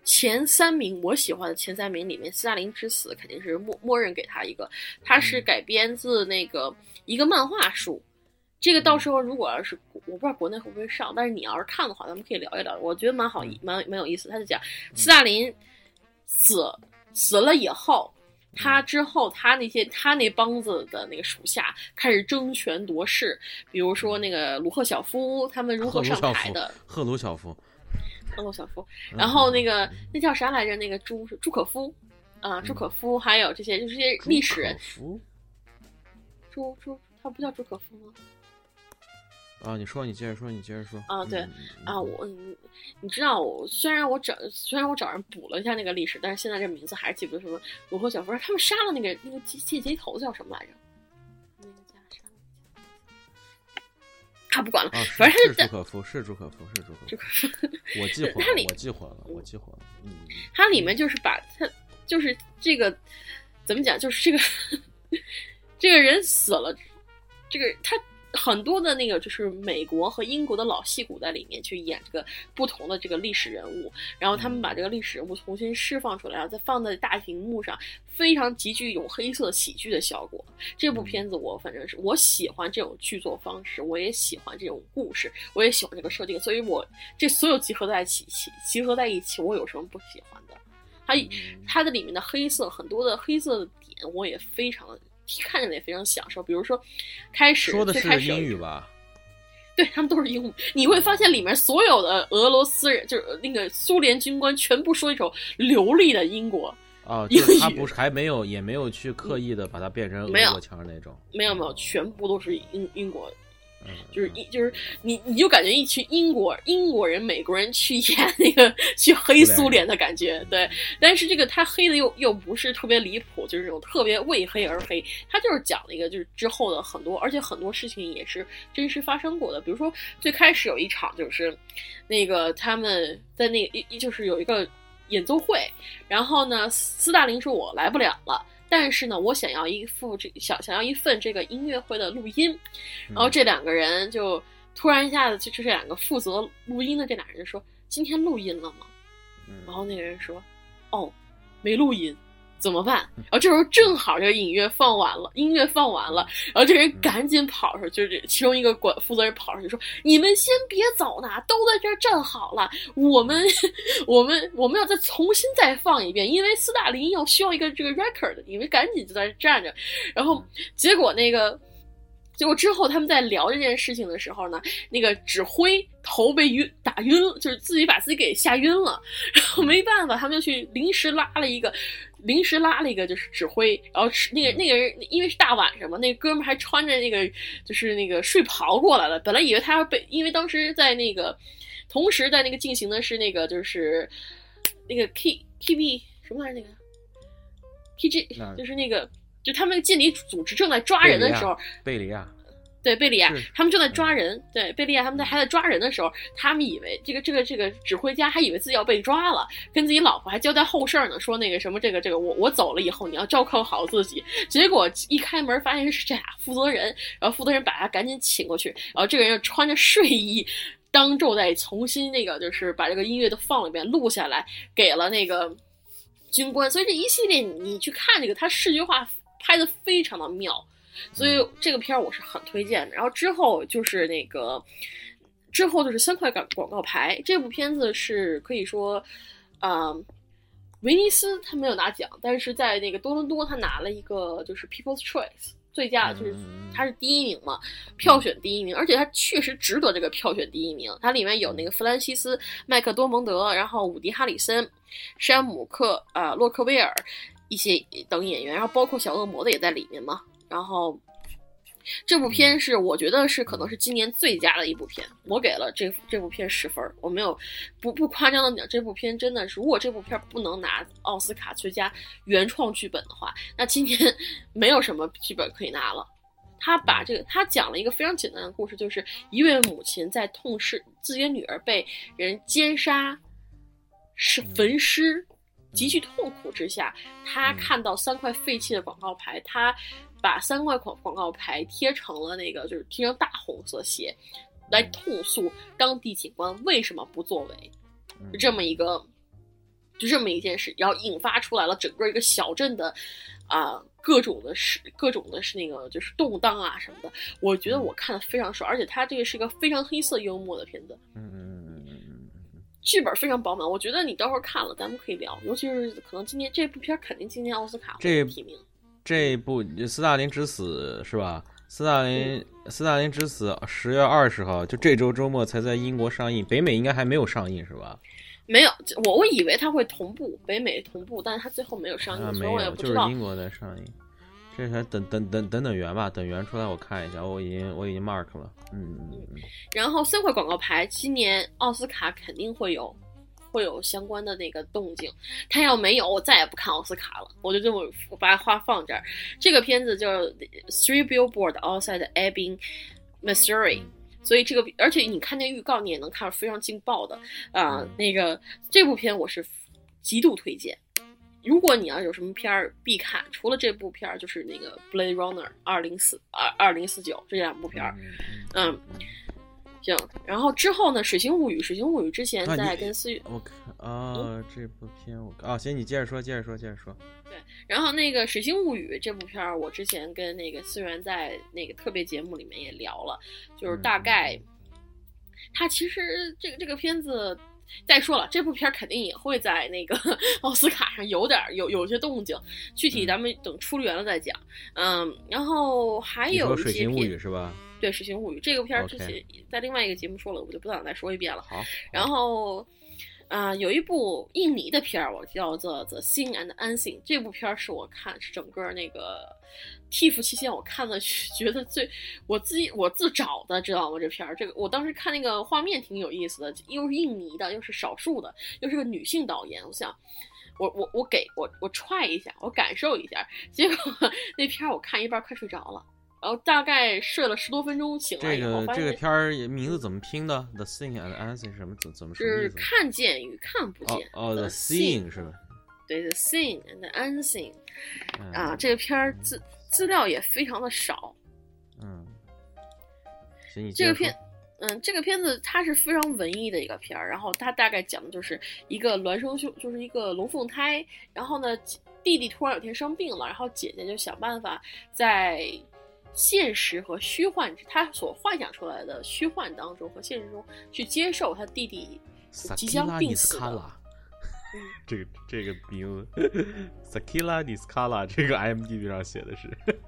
前3名，我喜欢的前3名里面，斯大林之死肯定是默认给他一个。他是改编自那个一个漫画书，这个到时候如果要是我不知道国内会不会上，但是你要是看的话，咱们可以聊一聊，我觉得蛮有意思。他就讲斯大林死了以后，他之后他那帮子的那个属下开始争权夺势，比如说那个鲁赫小夫他们如何上台的， 赫鲁晓夫， 然后那叫啥来着？那个朱可夫啊，朱可夫，还有这些就是这些历史人。朱他不叫朱可夫吗？ 啊，你接着说啊，对啊，你知道虽然我找人补了一下那个历史，但是现在这名字还是记不得什么鲁赫小夫，他们杀了那个借贼头子叫什么来着？那个家杀了，他不管了，反正是朱可夫，我记混了。 他里面就是把他就是这个怎么讲，就是这个人死了，这个他。很多的那个就是美国和英国的老戏骨在里面去演这个不同的这个历史人物，然后他们把这个历史人物重新释放出来，然后再放在大屏幕上，非常极具一种黑色喜剧的效果。这部片子反正是我喜欢这种剧作方式，我也喜欢这种故事，我也喜欢这个设定，所以我这所有集合在一起，我有什么不喜欢的？它的里面的黑色很多的黑色的点，我也非常的。看着也非常享受，比如说说的是英语吧？ 对，他们都是英语。你会发现里面所有的俄罗斯人，就是那个苏联军官，全部说一手流利的英国啊，就是他不是也没有去刻意的把它变成俄国腔那种， 没有，全部都是英国。就是你就感觉一群英国人、美国人去演那个去黑苏联的感觉，对。但是这个他黑的又不是特别离谱，就是这种特别为黑而黑。他就是讲了一个就是之后的很多，而且很多事情也是真实发生过的。比如说最开始有一场就是那个他们在那个就是有一个演奏会，然后呢斯大林说我来不了了。但是呢，我想要一份这个音乐会的录音，然后这2个人就突然一下子就这2个负责录音的这俩人说：“今天录音了吗？”然后那个人说：“哦，没录音，怎么办？”然后这时候正好这个音乐放完了，然后这人赶紧跑出去，就是其中一个负责人跑出去说：“你们先别走呢，都在这儿站好了，我们要再重新再放一遍，因为斯大林需要一个这个 record， 你们赶紧就在这站着。”然后结果之后他们在聊这件事情的时候呢，那个指挥头被打晕了，就是自己把自己给吓晕了，然后没办法，他们就去临时拉了一个就是指挥，然后那个人因为是大晚上嘛，那个哥们还穿着那个就是那个睡袍过来了，本来以为他要因为当时在那个同时在那个进行的是那个就是那个 KB 什么来着，那个 PG 就是那个。就他们禁敌组织正在抓人的时候， 贝利亚， 他们正在抓人，对，贝利亚他们还在抓人的时候，他们以为这个指挥家还以为自己要被抓了，跟自己老婆还交代后事呢，说那个什么这个我走了以后你要照看好自己。结果一开门发现是这俩负责人，然后负责人把他赶紧请过去，然后这个人就穿着睡衣。当众再重新那个就是把这个音乐都放了一遍，录下来给了那个军官。所以这一系列你去看这个，它视觉化拍得非常的妙，所以这个片我是很推荐的。然后之后就是3块广告牌，这部片子是可以说，威尼斯他没有拿奖，但是在那个多伦多他拿了一个就是 People's Choice 最佳，就是他是第1名嘛，票选第1名，而且他确实值得这个票选第1名。它里面有那个弗兰西斯麦克多蒙德，然后伍迪哈里森、山姆洛克威尔。一些等演员，然后包括小恶魔的也在里面嘛。然后这部片是我觉得是可能是今年最佳的一部片，我给了这部片10分。我没有不夸张的讲，这部片真的是，如果这部片不能拿奥斯卡最佳原创剧本的话，那今年没有什么剧本可以拿了。他讲了一个非常简单的故事，就是一位母亲在痛失自己的女儿被人奸杀、焚尸。极具痛苦之下，他看到3块废弃的广告牌，他把3块广告牌贴成了那个，就是贴成大红色写，来痛诉当地警官为什么不作为，这么一个就这么一件事，然后引发出来了整个一个小镇的各种的是那个就是动荡啊什么的。我觉得我看的非常爽，而且它这个是一个非常黑色幽默的片子。剧本非常饱满，我觉得你待会儿看了咱们可以聊，尤其是可能今年这部片肯定今年奥斯卡会提名。 这一部斯大林之死是吧？斯大林之死10月20号，就这周周末才在英国上映，北美应该还没有上映是吧？ 没有，我以为它会同步北美同步，但是它最后没有上映，所以我也不知道。 就是英国在上映，这还等源吧，等源出来我看一下，我已经 mark 了。 然后3块广告牌，今年奥斯卡肯定会有相关的那个动静，他要没有，我再也不看奥斯卡了，我就这么把话放这儿。这个片子叫 Three Billboards Outside Ebbing, Missouri。所以这个，而且你看那预告，你也能看出非常劲爆的那个这部片我是极度推荐。如果你要有什么片儿必看，除了这部片儿，就是那个 Blade Runner 2049这两部片儿。行，然后之后呢，水形物语之前在跟思雨， 我看这部片行，你接着说。 对，然后那个水形物语这部片儿，我之前跟那个思源在那个特别节目里面也聊了，就是大概，它其实这个片子。再说了，这部片肯定也会在那个奥斯卡上有些动静，具体咱们等出源了再讲。然后还有一些水形物语是吧？ 对，水形物语这个片之前在另外一个节目说了，我就不想再说一遍了。 好， 然后有一部印尼的片我叫做 The Sing and Unsing， 这部片是我看是整个那个TIFF 期间我看的觉得我自找的，知道吗？这片这个我当时看那个画面挺有意思的，又是印尼的，又是少数的，又是个女性导演，我想我try一下，我感受一下，结果那片我看一半快睡着了。然后大概睡了10多分钟，醒来以后发现这个片儿名字怎么拼的 ？The Seeing and Unseen 什么怎么说？ 是看见与看不见。 The Seeing 是吧？ 对 ，The Seeing and Unseen。这个片儿资料也非常的少。 行，你这个片子它是非常文艺的一个片儿，然后它大概讲的就是一个孪生兄，就是一个龙凤胎，然后呢，弟弟突然有天生病了，然后姐姐就想办法在现实和虚幻，他所幻想出来的虚幻当中和现实中去接受他弟弟即将病死的。 这个名字 Sakila Niskala 这个 IMDb 上写的是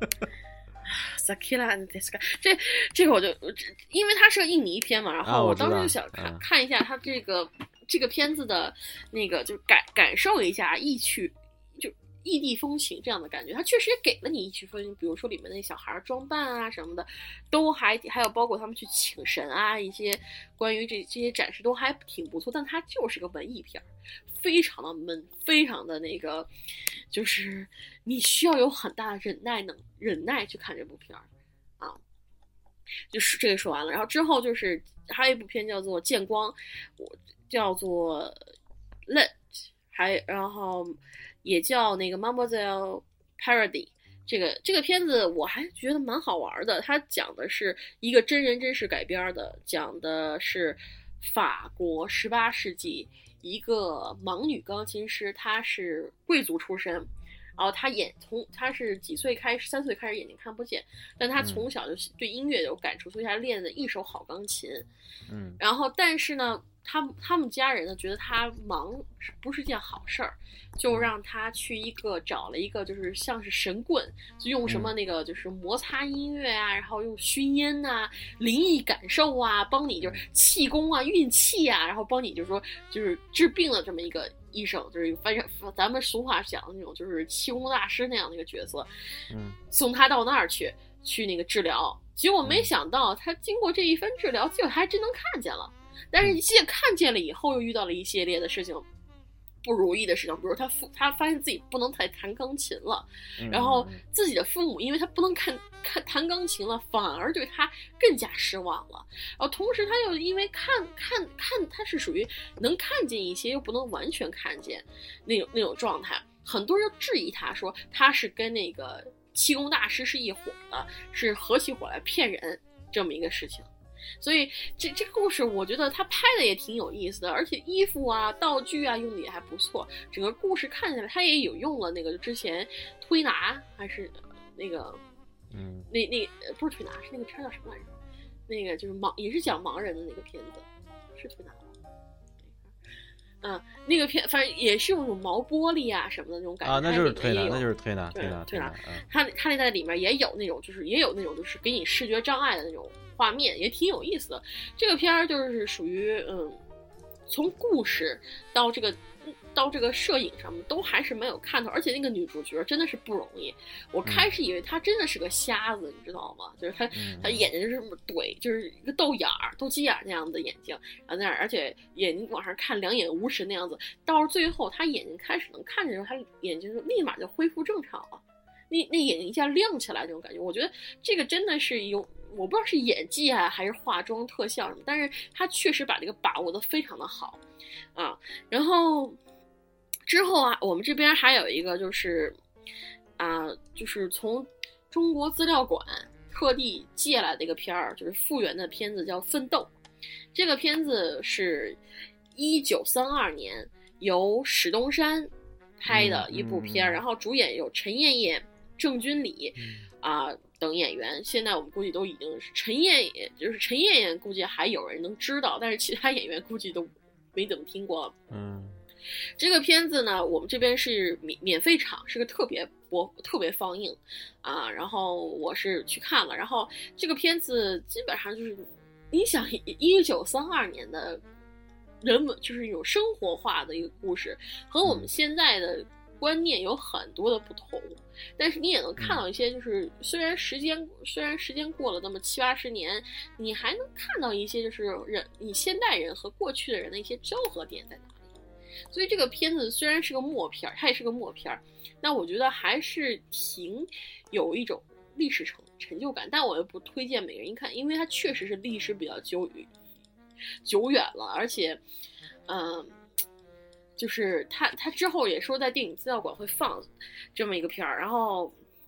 Sakila Niskala 这个我就因为它是个印尼片嘛，然后我当时就想看一下他这个片子的那个就感受一下异地风情这样的感觉，它确实也给了你异地风情，比如说里面那小孩装扮啊什么的，都还有包括他们去请神啊，一些关于这些展示都还挺不错，但它就是个文艺片，非常的闷，非常的那个，就是你需要有很大的忍耐去看这部片啊。就是这个说完了，然后之后就是还有一部片叫做《剑光》，叫做 Let， 然后。也叫那个 Mademoiselle Paradis， 这个片子我还觉得蛮好玩的。它讲的是一个真人真事改编的，讲的是法国18世纪一个盲女钢琴师，她是贵族出身，然后她是几岁开始，3岁开始眼睛看不见，但她从小就对音乐有感触，所以她练的一手好钢琴。然后但是呢。他们家人呢觉得他忙不是件好事儿，就让他去找了一个就是像是神棍，就用什么那个就是摩擦音乐啊，然后用熏烟啊、灵异感受啊，帮你就是气功啊、运气啊，然后帮你就是说就是治病的这么一个医生，就是反正咱们俗话讲的那种就是气功大师那样的一个角色，送他到那儿去那个治疗，结果没想到他经过这一番治疗，结果他还真能看见了。但是看见了以后，又遇到了一系列的事情，不如意的事情，比如他发现自己不能再弹钢琴了，然后自己的父母因为他不能弹钢琴了，反而对他更加失望了。然后同时他又因为看他是属于能看见一些又不能完全看见那种状态，很多人就质疑他说他是跟那个气功大师是一伙的，是合起伙来骗人这么一个事情。 所以这个故事我觉得他拍的也挺有意思的，而且衣服啊道具啊用的也还不错，整个故事看起来他也有用了那个之前推拿还是那个那不是推拿，是那个片叫什么来着，那个就是也是讲盲人的那个片子，是推拿吗？那个片反正也是有那种毛玻璃啊什么的那种感觉那就是推拿，那就是推拿。他那在里面也有那种就是给你视觉障碍的那种画面，也挺有意思的。这个片儿就是属于从故事到这个摄影上面都还是没有看头，而且那个女主角真的是不容易。我开始以为她真的是个瞎子，你知道吗？就是她眼睛就是怼，就是一个斗鸡眼那样的眼睛，然后那而且眼睛往上看两眼无神那样子。到了最后，她眼睛开始能看见的时候，她眼睛就立马就恢复正常了，那眼睛一下亮起来这种感觉。我觉得这个真的是我不知道是演技啊还是化妆特效什么，但是她确实把这个把握的非常的好啊。然后之后啊，我们这边还有一个就是就是从中国资料馆特地借来的一个片儿，就是复原的片子叫《奋斗》。这个片子是1932年由史东山拍的一部片，然后主演有陈燕燕、郑君里等演员。现在我们估计都已经是陈燕燕估计还有人能知道，但是其他演员估计都没怎么听过了。这个片子呢，我们这边是免费场，是个特别放映然后我是去看了，然后这个片子基本上就是你想1932年的人们就是有生活化的一个故事，和我们现在的观念有很多的不同，但是你也能看到一些就是虽然时间过了那么70-80年，你还能看到一些就是你现代人和过去的人的一些交合点在哪里。所以这个片子虽然是个默片，它也是个默片，那我觉得还是挺有一种历史成就感，但我又不推荐每个人一看，因为它确实是历史比较久远了，而且就是他之后也说在电影资料馆会放这么一个片儿，然后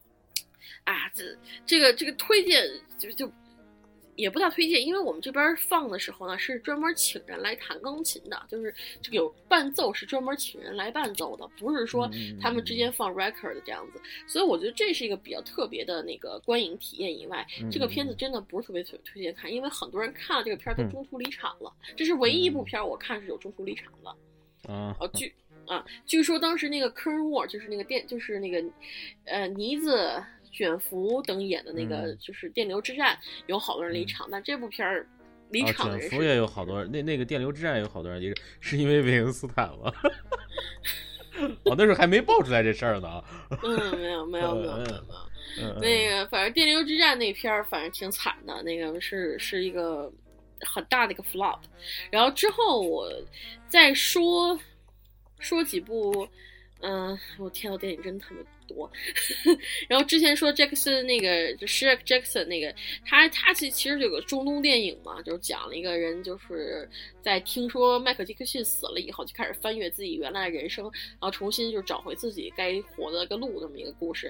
这个推荐就也不大推荐，因为我们这边放的时候呢是专门请人来弹钢琴的，就是这个有伴奏是专门请人来伴奏的，不是说他们之间放 record 这样子，所以我觉得这是一个比较特别的那个观影体验以外，这个片子真的不是特别推荐看，因为很多人看了这个片都中途离场了，这是唯一一部片我看是有中途离场的。据说当时那个 Kern War 就是那个就是那个妮子卷福等演的那个就是电流之战有好多人离场，但这部片儿离场的人卷福也有好多人，那个电流之战有好多人离场，是因为维恩斯坦吗？那时候还没爆出来这事儿呢。 没有。那个反正电流之战那片儿反正挺惨的，那个是一个很大的一个 flop。然后之后我再说几部，我天呐，电影真他妈多。然后之前说 Jackson 那个就 Shrek Jackson 那个，他其实有个中东电影嘛，就是讲了一个人就是在听说迈克杰克逊死了以后，就开始翻阅自己原来的人生，然后重新就找回自己该活的个路这么一个故事，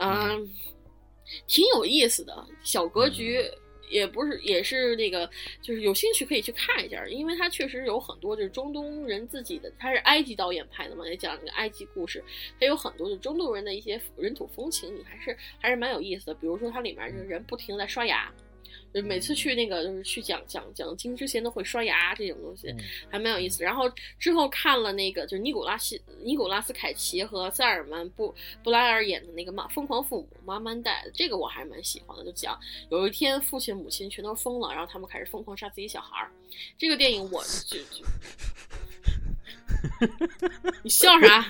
挺有意思的，小格局。也是那个，就是有兴趣可以去看一下，因为它确实有很多就是中东人自己的，他是埃及导演拍的嘛，也讲那个埃及故事，它有很多就是中东人的一些人土风情，你还是蛮有意思的。比如说它里面就是人不停地在刷牙，就每次去那个就是去讲经之前都会刷牙这种东西，还蛮有意思。然后之后看了那个就是尼古拉斯凯奇和塞尔曼布莱尔演的那个疯狂父母妈妈带，这个我还蛮喜欢的，就讲有一天父亲母亲全都疯了，然后他们开始疯狂杀自己小孩。这个电影我就你笑啥？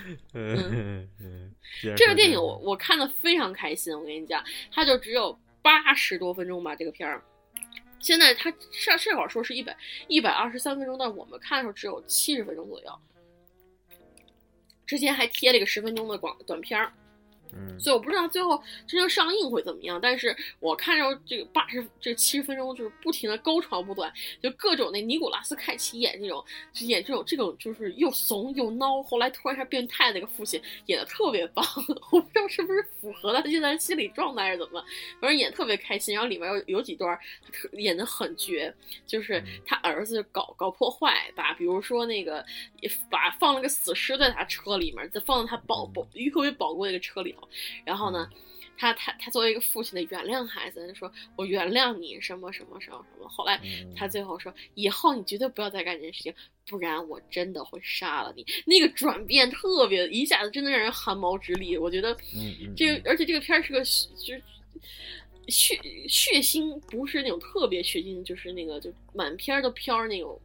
这个电影我看得非常开心，我跟你讲，它就只有80多分钟吧，这个片儿。现在它上会儿说是123分钟，但我们看的时候只有70分钟左右。之前还贴了一个10分钟的短片儿， 所以我不知道最后真正上映会怎么样，但是我看着这个70分钟就是不停的高潮不断，就各种那尼古拉斯凯奇演这种就是又怂又孬，后来突然一下变态的那个父亲演的特别棒，我不知道是不是符合他现在心理状态是怎么，反正演特别开心。然后里面有几段演的很绝，就是他儿子搞破坏，比如说那个放了个死尸在他车里面，再放在他特别宝贵的一个车里头，然后呢。他作为一个父亲的原谅孩子，说我原谅你什么什么什么什么。后来他最后说，以后你绝对不要再干这件事情，不然我真的会杀了你。那个转变特别，一下子真的让人汗毛直立。我觉得而且这个片是个就是血腥，不是那种特别血腥，就是那个就满片都飘那种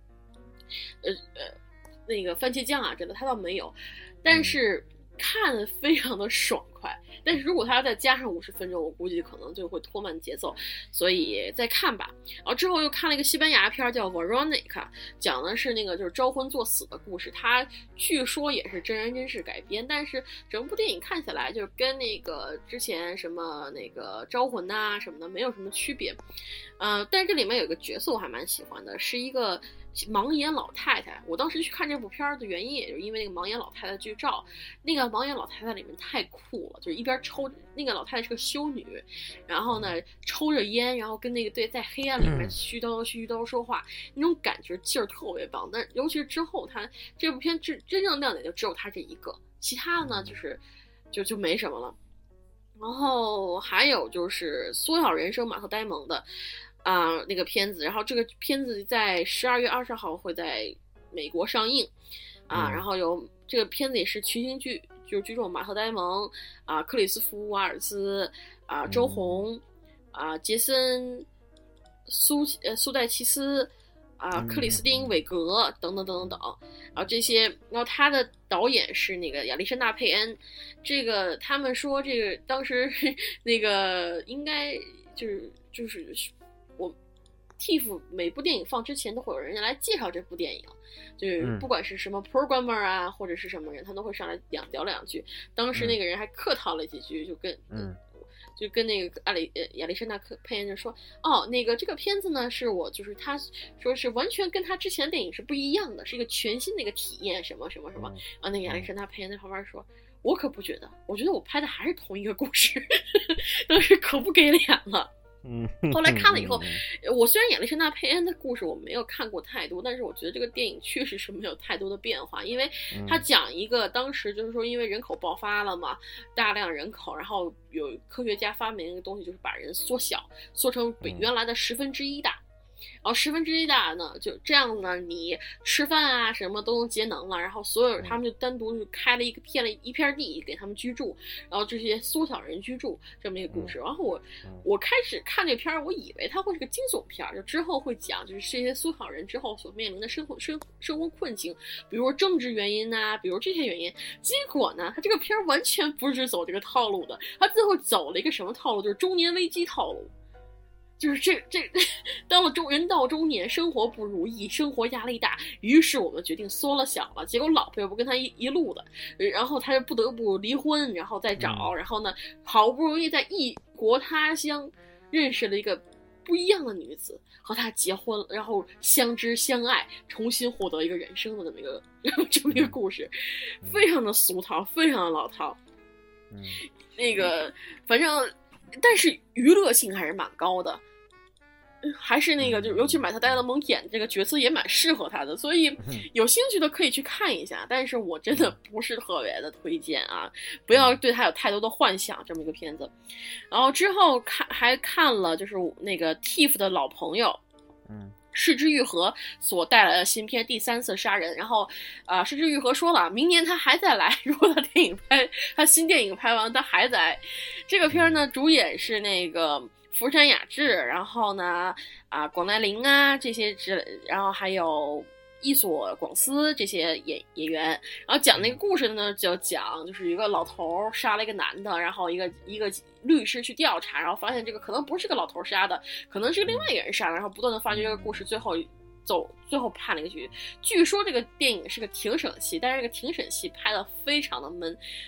那个番茄酱啊，真的他倒没有，但是看得非常的爽快。但是如果他要再加上50分钟，我估计可能就会拖慢节奏，所以再看吧。然后之后又看了一个西班牙片叫 Veronica， 讲的是那个就是招魂作死的故事，它据说也是真人真事改编，但是整部电影看起来就跟那个之前什么那个招魂啊什么的没有什么区别。但是这里面有一个角色我还蛮喜欢的，是一个盲眼老太太。我当时去看这部片的原因也就是因为那个盲眼老太太剧照，那个盲眼老太太里面太酷了，就是一边抽，那个老太太是个修女，然后呢抽着烟，然后跟那个在黑暗里面絮叨说话，那种感觉劲儿特别棒。但尤其是之后他这部片真正亮点就只有他这一个，其他的呢就没什么了。然后还有就是缩小人生马特呆萌的那个片子，然后这个片子在12月20号会在美国上映然后有这个片子也是群星剧，就是剧中马特呆蒙克里斯福瓦尔兹周红杰森苏戴奇斯克里斯汀韦格等等等等等，然后这些，然后他的导演是那个亚历山大佩恩，这个他们说这个当时那个应该就是我 TIFF 每部电影放之前都会有人来介绍这部电影，就是不管是什么 programmer 或者是什么人，他都会上来聊两句。当时那个人还客套了几句，就跟那个亚历山大佩恩就说，那个这个片子呢是我就是他说是完全跟他之前的电影是不一样的，是一个全新的一个体验，什么什么什么。那个亚历山大佩恩在旁边说，我可不觉得，我觉得我拍的还是同一个故事，当时可不给脸了。后来看了以后，我虽然亚历山大佩恩的故事我没有看过太多，但是我觉得这个电影确实是没有太多的变化，因为他讲一个当时就是说因为人口爆发了嘛，大量人口，然后有科学家发明一个东西，就是把人缩成比原来的1/10大。然后1/10大呢，就这样子呢，你吃饭什么都能节能了。然后所有他们就单独就开了一片地给他们居住，然后这些缩小人居住这么一个故事。然后我开始看这片我以为它会是个惊悚片，就之后会讲就是这些缩小人之后所面临的生活困境，比如说政治原因比如这些原因。结果呢，它这个片完全不是走这个套路的，它最后走了一个什么套路，就是中年危机套路。就是这人到中年，生活不如意，生活压力大，于是我们决定缩了小了。结果老婆又不跟他一路的，然后他就不得不离婚，然后再找，然后呢，好不容易在异国他乡认识了一个不一样的女子，和他结婚了，然后相知相爱，重新获得一个人生的这么一个故事，非常的俗套，非常的老套。那个反正，但是娱乐性还是蛮高的。还是那个，就是尤其马特戴蒙演这个角色也蛮适合他的，所以有兴趣的可以去看一下。但是我真的不是特别的推荐不要对他有太多的幻想这么一个片子。然后之后还看了就是那个 TIFF 的老朋友，是枝裕和所带来的新片《第三次杀人》。然后是枝裕和说了，明年他还在来，如果他新电影拍完他还在。这个片呢，主演是那个福山雅治，然后呢广濑铃这些然后还有伊索广司这些演员。然后讲那个故事呢，就是一个老头杀了一个男的，然后一个律师去调查，然后发现这个可能不是个老头杀的，可能是另外一个人杀的，然后不断的发掘这个故事，最后判了一个局。据说这个电影是个庭审戏，但是这个庭审戏拍的非常的闷，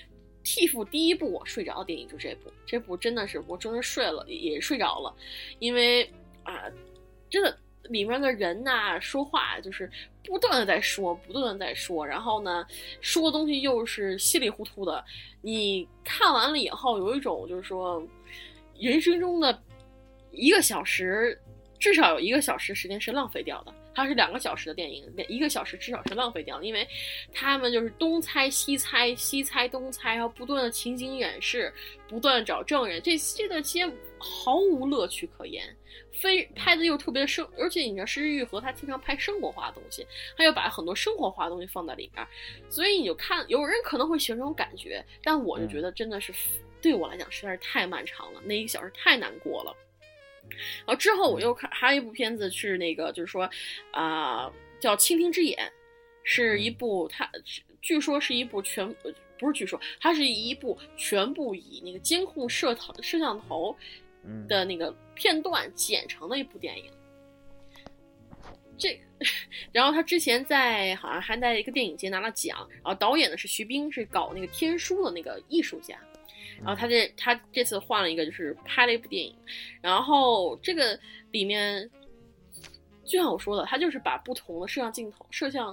替父第一部我睡着的电影就这部真的是我真的睡了也睡着了，因为真的里面的人呐、说话就是不断的在说，然后呢说的东西又是稀里糊涂的，你看完了以后有一种就是说人生中的1个小时至少有1个小时时间是浪费掉的。它是2个小时的电影，1个小时至少是浪费掉的，因为他们就是东猜西猜，西猜东猜，然后不断的情景演示，不断的找证人，这段期间毫无乐趣可言，拍的又特别的而且你知道石之愈合他经常拍生活化的东西，他又把很多生活化的东西放在里面，所以你就看有人可能会喜欢这种感觉，但我就觉得真的是对我来讲实在是太漫长了，那1个小时太难过了。然后之后我又看还有一部片子是那个就是说叫《倾听之眼》，是一部据说是一部不是据说，它是一部全部以那个监控摄像头的那个片段剪成的一部电影。然后他之前好像还在一个电影节拿了奖，然后导演呢是徐冰，是搞那个天书的那个艺术家。然后他这次换了一个，就是拍了一部电影，然后这个里面就像我说的，他就是把不同的摄像头，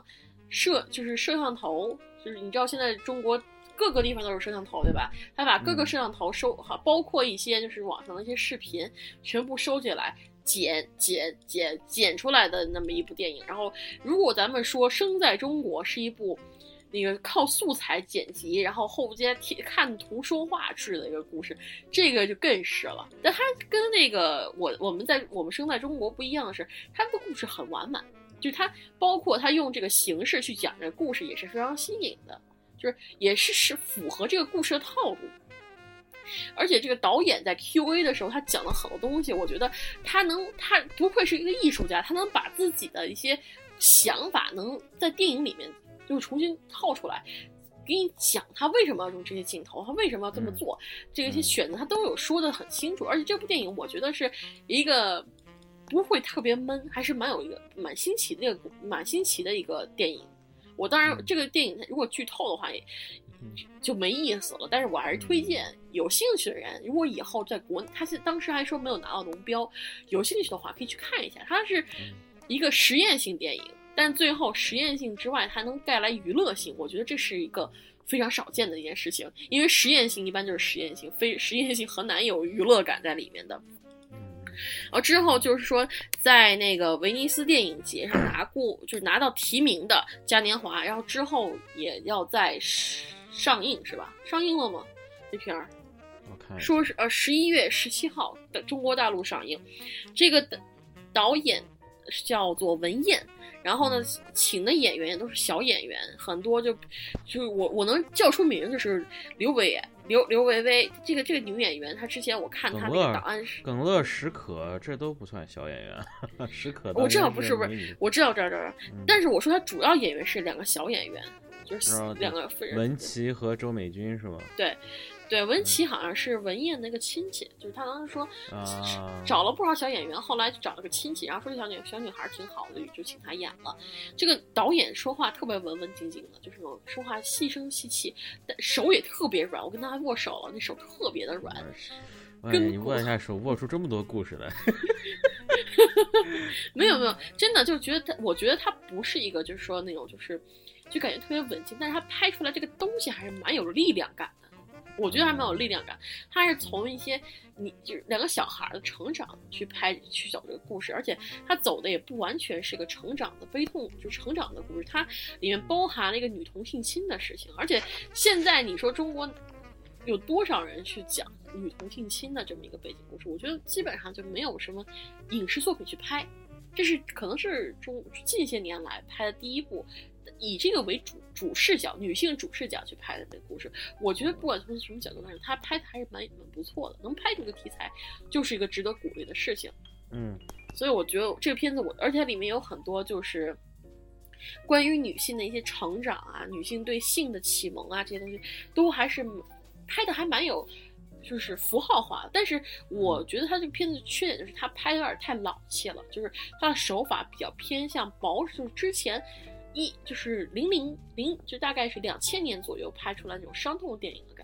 就是你知道现在中国各个地方都是摄像头对吧？他把各个摄像头包括一些就是网上的一些视频全部收起来，剪出来的那么一部电影。然后如果咱们说《生在中国》是一部那个靠素材剪辑，然后后接看图说话制的一个故事，这个就更是了。但它跟那个我们生在中国不一样的是，它的故事很完满，就是它包括它用这个形式去讲这个故事也是非常新颖的，就是也是符合这个故事的套路。而且这个导演在 Q&A 的时候，他讲了很多东西，我觉得他不愧是一个艺术家，他能把自己的一些想法能在电影里面就重新套出来，给你讲他为什么要用这些镜头，他为什么要这么做，这些选择他都有说得很清楚。而且这部电影我觉得是一个不会特别闷，还是蛮新奇的一个电影。我当然这个电影如果剧透的话也就没意思了，但是我还是推荐有兴趣的人，如果以后在国内，他当时还说没有拿到龙标，有兴趣的话可以去看一下。它是一个实验性电影，但最后实验性之外还能带来娱乐性，我觉得这是一个非常少见的一件事情，因为实验性一般就是实验性，非实验性很难有娱乐感在里面的。然后之后就是说，在那个威尼斯电影节上拿到提名的嘉年华，然后之后也要在上映是吧？上映了吗？这片儿我看说是11月17号的中国大陆上映。这个导演叫做文彦，然后呢请的演员也都是小演员，很多就是我能叫出名就是刘维薇这个女演员，她之前我看她那个档案是耿乐、史可，这都不算小演员。史可我知道不是，我知道，但是我说她主要演员是2个小演员，就是2个文琪和周美君是吗？ 对，文琪好像是文彦那个亲戚，就是他当时说找了不少小演员，后来就找了个亲戚，然后说这小女孩挺好的，就请她演了。这个导演说话特别文文静静的，就是那种说话细声细气，但手也特别软。我跟他握手了，那手特别的软。 你握一下手，握出这么多故事来。 没有，真的就觉得我觉得他不是一个就是说那种就感觉特别稳静，但是他拍出来这个东西还是蛮有力量感的。我觉得还蛮有力量感，他是从一些就是2个小孩的成长去走这个故事，而且他走的也不完全是个成长的悲痛，就成长的故事，它里面包含了一个女童性侵的事情。而且现在你说中国有多少人去讲女童性侵的这么一个背景故事？我觉得基本上就没有什么影视作品去拍，这是可能是近些年来拍的第一部以这个为主视角，女性主视角去拍的这个故事。我觉得不管从什么角度来说，他拍的还是蛮不错的，能拍这个题材就是一个值得鼓励的事情。所以我觉得这个片子而且里面有很多就是关于女性的一些成长啊，女性对性的启蒙啊，这些东西都还是拍的还蛮有就是符号化的。但是我觉得他这个片子缺点就是他拍的有点太老气了，就是他的手法比较偏向保守，就是之前就是000就大概是2000年左右拍出来那种伤痛电影的感觉。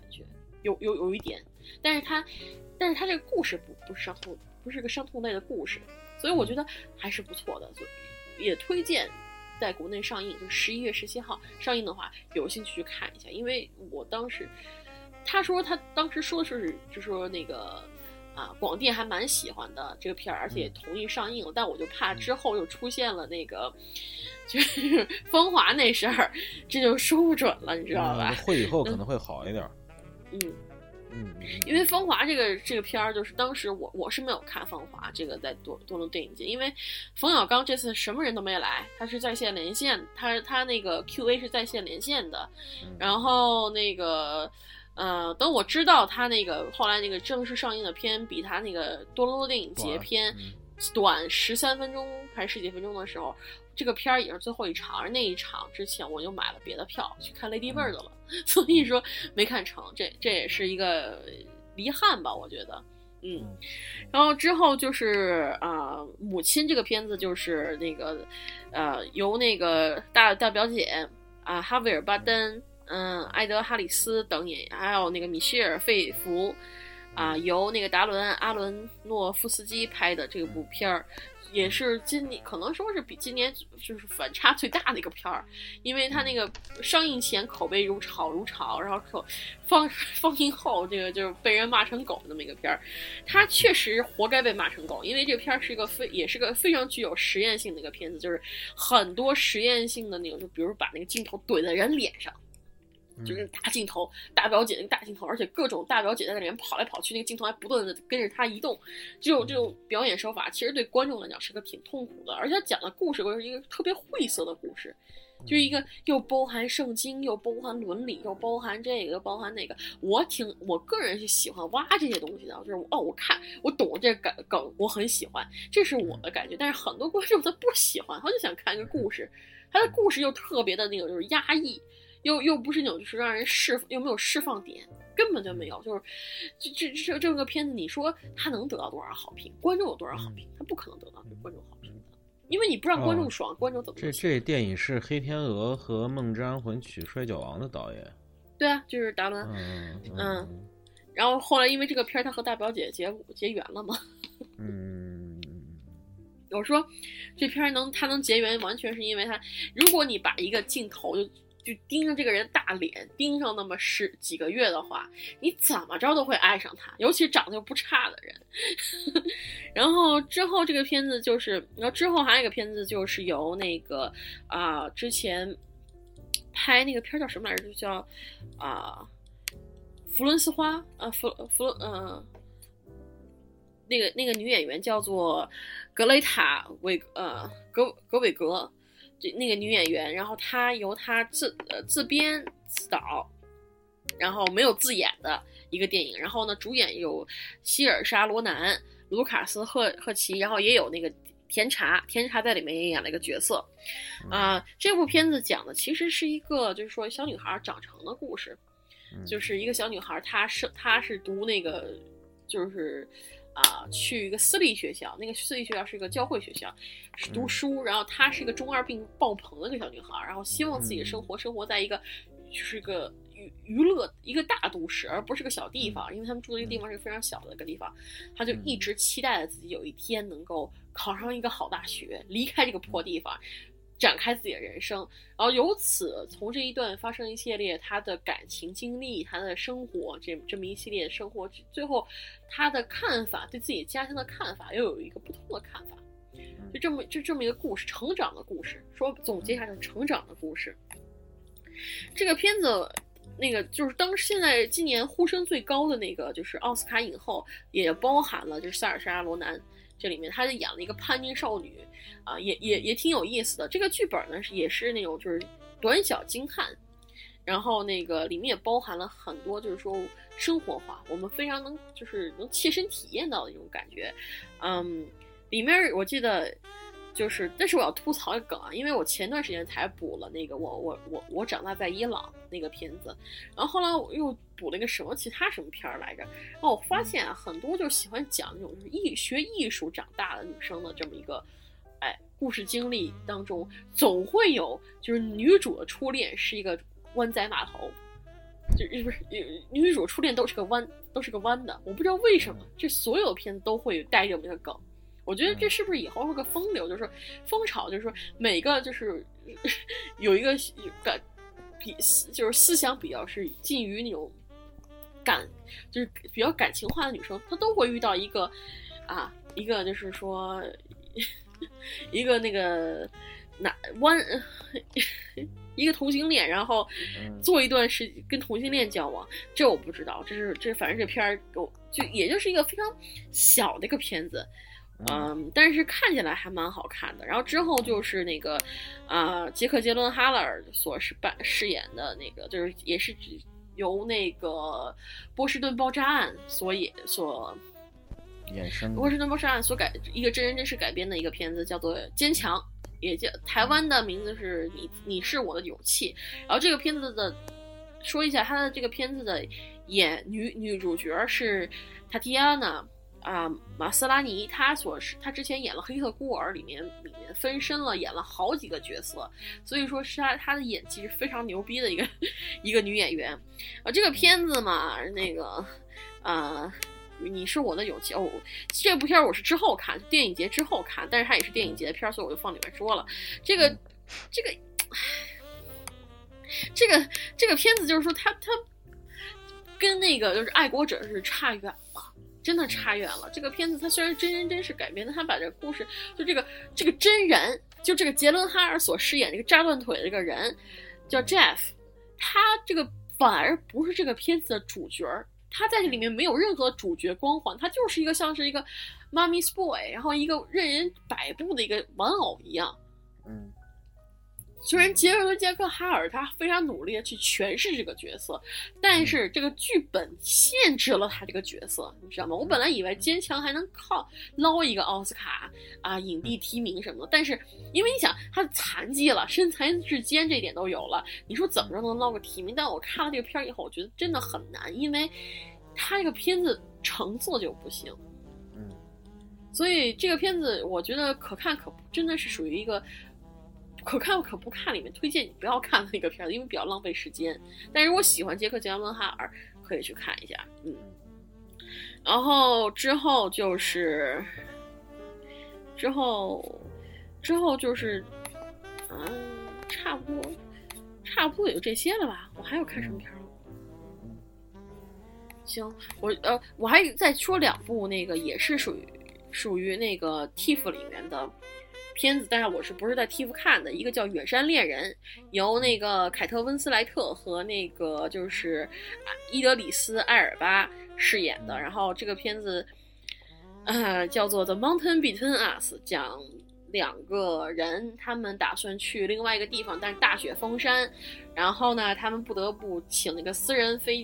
觉，有一点，但是它这个故事不是伤痛，不是个伤痛类的故事，所以我觉得还是不错的，所以也推荐在国内上映，就是11月17号上映的话，有兴趣去看一下，因为我当时他当时说是就说那个。广电还蛮喜欢的这个片儿，而且也同意上映了，但我就怕之后又出现了那个，就是风华那事儿，这就说不准了，你知道吧？ 会以后可能会好一点。 因为风华这个片儿，就是当时我是没有看风华这个在多伦电影节，因为冯小刚这次什么人都没来，他是在线连线，他那个 QA 是在线连线的，然后那个。等我知道他那个后来那个正式上映的片比他那个多伦多电影节片短13分钟还是10几分钟的时候，这个片儿也是最后一场，而那一场之前我就买了别的票去看 Lady Bird 了，所以说没看成，这也是一个遗憾吧，我觉得。然后之后就是母亲这个片子就是那个由那个大表姐哈维尔巴登。艾德·哈里斯等演员，还有那个米歇尔·费弗，由那个达伦·阿伦诺夫斯基拍的这部片儿，也是今年可能说是比今年就是反差最大的一个片儿，因为它那个上映前口碑如潮，然后放映后这个就是被人骂成狗那么一个片儿，它确实活该被骂成狗，因为这个片儿是也是个非常具有实验性的一个片子，就是很多实验性的那种，就比如把那个镜头怼在人脸上。就是大镜头，大表姐那个大镜头，而且各种大表姐在那里面跑来跑去，那个镜头还不断的跟着她移动，这种表演手法，其实对观众来讲是个挺痛苦的。而且他讲的故事是一个特别晦涩的故事，就是一个又包含圣经，又包含伦理，又包含这个，又包含那个。我个人是喜欢挖这些东西的，就是我懂这个梗，我很喜欢，这是我的感觉。但是很多观众他不喜欢，他就想看一个故事，他的故事又特别的那种就是压抑。又不是那种就是让人又没有释放点，根本就没有。就是这个片子，你说他能得到多少好评？观众有多少好评？他不可能得到观众好评的，因为你不让观众爽，观众怎么？ 这电影是黑天鹅和《梦之安魂曲》摔跤王的导演。 对啊，就是达伦。然后后来因为这个片他和大表姐结缘了嘛。我说这片他能结缘，完全是因为如果你把一个镜头就盯着这个人大脸盯上那么10几个月的话，你怎么着都会爱上他，尤其长得又不差的人。然后之后这个片子就是，然后之后还有一个片子就是由那个之前拍那个片叫什么来着，就叫弗伦斯花那个女演员叫做格雷塔格韦格。那个女演员，然后她由她自编自导，然后没有自演的一个电影。然后呢，主演有希尔莎罗南、卢卡斯赫奇，然后也有那个甜茶在里面也演了一个角色。这部片子讲的其实是一个就是说小女孩长成的故事，就是一个小女孩她是读那个就是去一个私立学校，那个私立学校是一个教会学校，是读书。然后她是一个中二病爆棚的一个小女孩，然后希望自己的生活在一个就是一个娱乐一个大都市，而不是个小地方，因为他们住的这个地方是个非常小的一个地方。她就一直期待着自己有一天能够考上一个好大学，离开这个破地方，展开自己的人生。然后由此从这一段发生一系列他的感情经历，他的生活这么一系列的生活，最后他的看法，对自己家乡的看法又有一个不同的看法。就这么一个故事，成长的故事，说总结一下就是成长的故事。这个片子那个就是现在今年呼声最高的那个就是奥斯卡影后，也包含了就是塞尔莎罗南。这里面她就演了一个叛逆少女，也挺有意思的。这个剧本呢也是那种就是短小精悍，然后那个里面也包含了很多就是说生活化，我们非常能切身体验到的一种感觉。里面我记得就是但是我要吐槽一个梗因为我前段时间才补了那个我长大在伊朗那个片子，然后后来我又补了一个其他什么片来着，然后我发现很多就喜欢讲那种就是学艺术长大的女生的这么一个故事经历当中，总会有就是女主的初恋是一个湾仔码头， 不是女主初恋都是个弯的，我不知道为什么这所有片子都会带这么一个梗。我觉得这是不是以后是个风流，就是说风潮，就是说每个就是有一个就是思想比较是近于那种就是比较感情化的女生，她都会遇到一个就是说一个那个一个同性恋，然后做一段时跟同性恋交往，这我不知道，这反正这片儿就也就是一个非常小的一个片子。但是看起来还蛮好看的。然后之后就是那个杰克·杰伦·哈勒尔所饰演的那个，就是也是由那个波士顿爆炸案所衍生的，波士顿爆炸案一个真人真事改编的一个片子，叫做《坚强》，也叫台湾的名字是你是我的勇气。然后这个片子的说一下，他的这个片子的女主角是塔提亚娜马斯拉尼，她之前演了《黑色孤儿》里面分身了，演了好几个角色，所以说是她的演技是非常牛逼的一个女演员。这个片子嘛，那个你是我的勇气这部片我是之后看，电影节之后看，但是它也是电影节的片，所以我就放里面说了。这个片子就是说它跟那个就是爱国者是差远了，真的差远了。这个片子它虽然真人真事改编的，它把这个故事就这个真人，就这个杰伦哈尔所饰演这个扎断腿的这个人叫 Jeff， 他这个反而不是这个片子的主角，他在这里面没有任何主角光环，他就是一个像是一个 mommy's boy， 然后一个任人摆布的一个玩偶一样。虽然杰克哈尔他非常努力的去诠释这个角色，但是这个剧本限制了他这个角色，你知道吗？我本来以为坚强还能捞一个奥斯卡影帝提名什么的，但是因为你想他残疾了，身残志坚这点都有了，你说怎么着能捞个提名？但我看了这个片以后，我觉得真的很难，因为他这个片子成色就不行。所以这个片子我觉得可看可不，真的是属于一个可看可不看里面推荐你不要看的一个片子，因为比较浪费时间。但是我喜欢杰克·杰伦哈尔，可以去看一下。然后之后就是差不多也就这些了吧。我还要看什么片吗？行，我还再说2部，那个也是属于那个 TIFF 里面的片子，但是我不是在 TIFF 看的。一个叫《远山恋人》，由那个凯特温斯莱特和那个就是伊德里斯艾尔巴饰演的。然后这个片子叫做 The Mountain Between Us， 讲2个人他们打算去另外一个地方，但是大雪封山，然后呢他们不得不请那个私人飞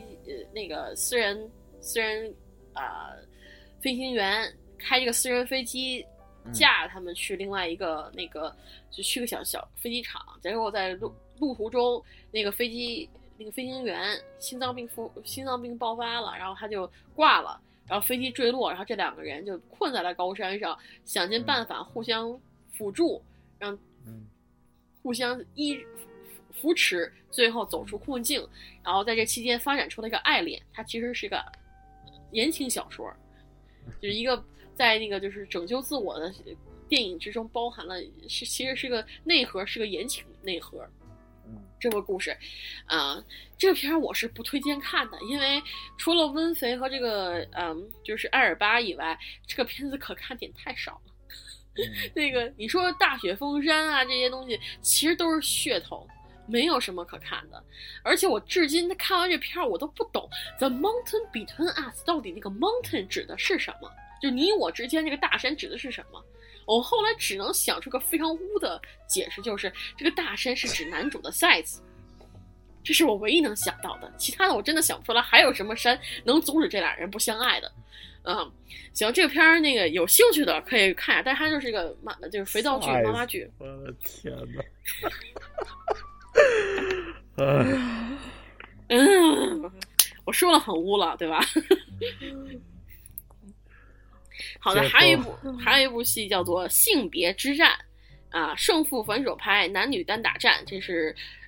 行员开这个私人飞机驾他们去另外一个就去个小飞机场，结果在路途中那个飞行员心脏病爆发了，然后他就挂了，然后飞机坠落，然后这2个人就困在了高山上，想尽办法互相辅助，让互相扶持，最后走出困境。然后在这期间发展出了一个爱恋，它其实是个言情小说，就是一个在那个就是拯救自我的电影之中包含了其实是个内核，是个言情内核。这个故事这个片我是不推荐看的，因为除了温肥和这个就是艾尔巴以外，这个片子可看点太少了。那个你说大雪封山这些东西其实都是噱头，没有什么可看的。而且我至今看完这片我都不懂 The Mountain Between Us 到底那个 mountain 指的是什么，就你我之间这个大山指的是什么。我后来只能想出个非常污的解释，就是这个大山是指男主的 size， 这是我唯一能想到的，其他的我真的想不出来还有什么山能阻止这俩人不相爱的。行，这个片儿那个有兴趣的可以看一下，但是它就是一个就是肥皂剧、妈妈剧。 我的天哪！我说了很污了，对吧？好的，还有一部戏叫做《性别之战》胜负反手拍男女单打战，这是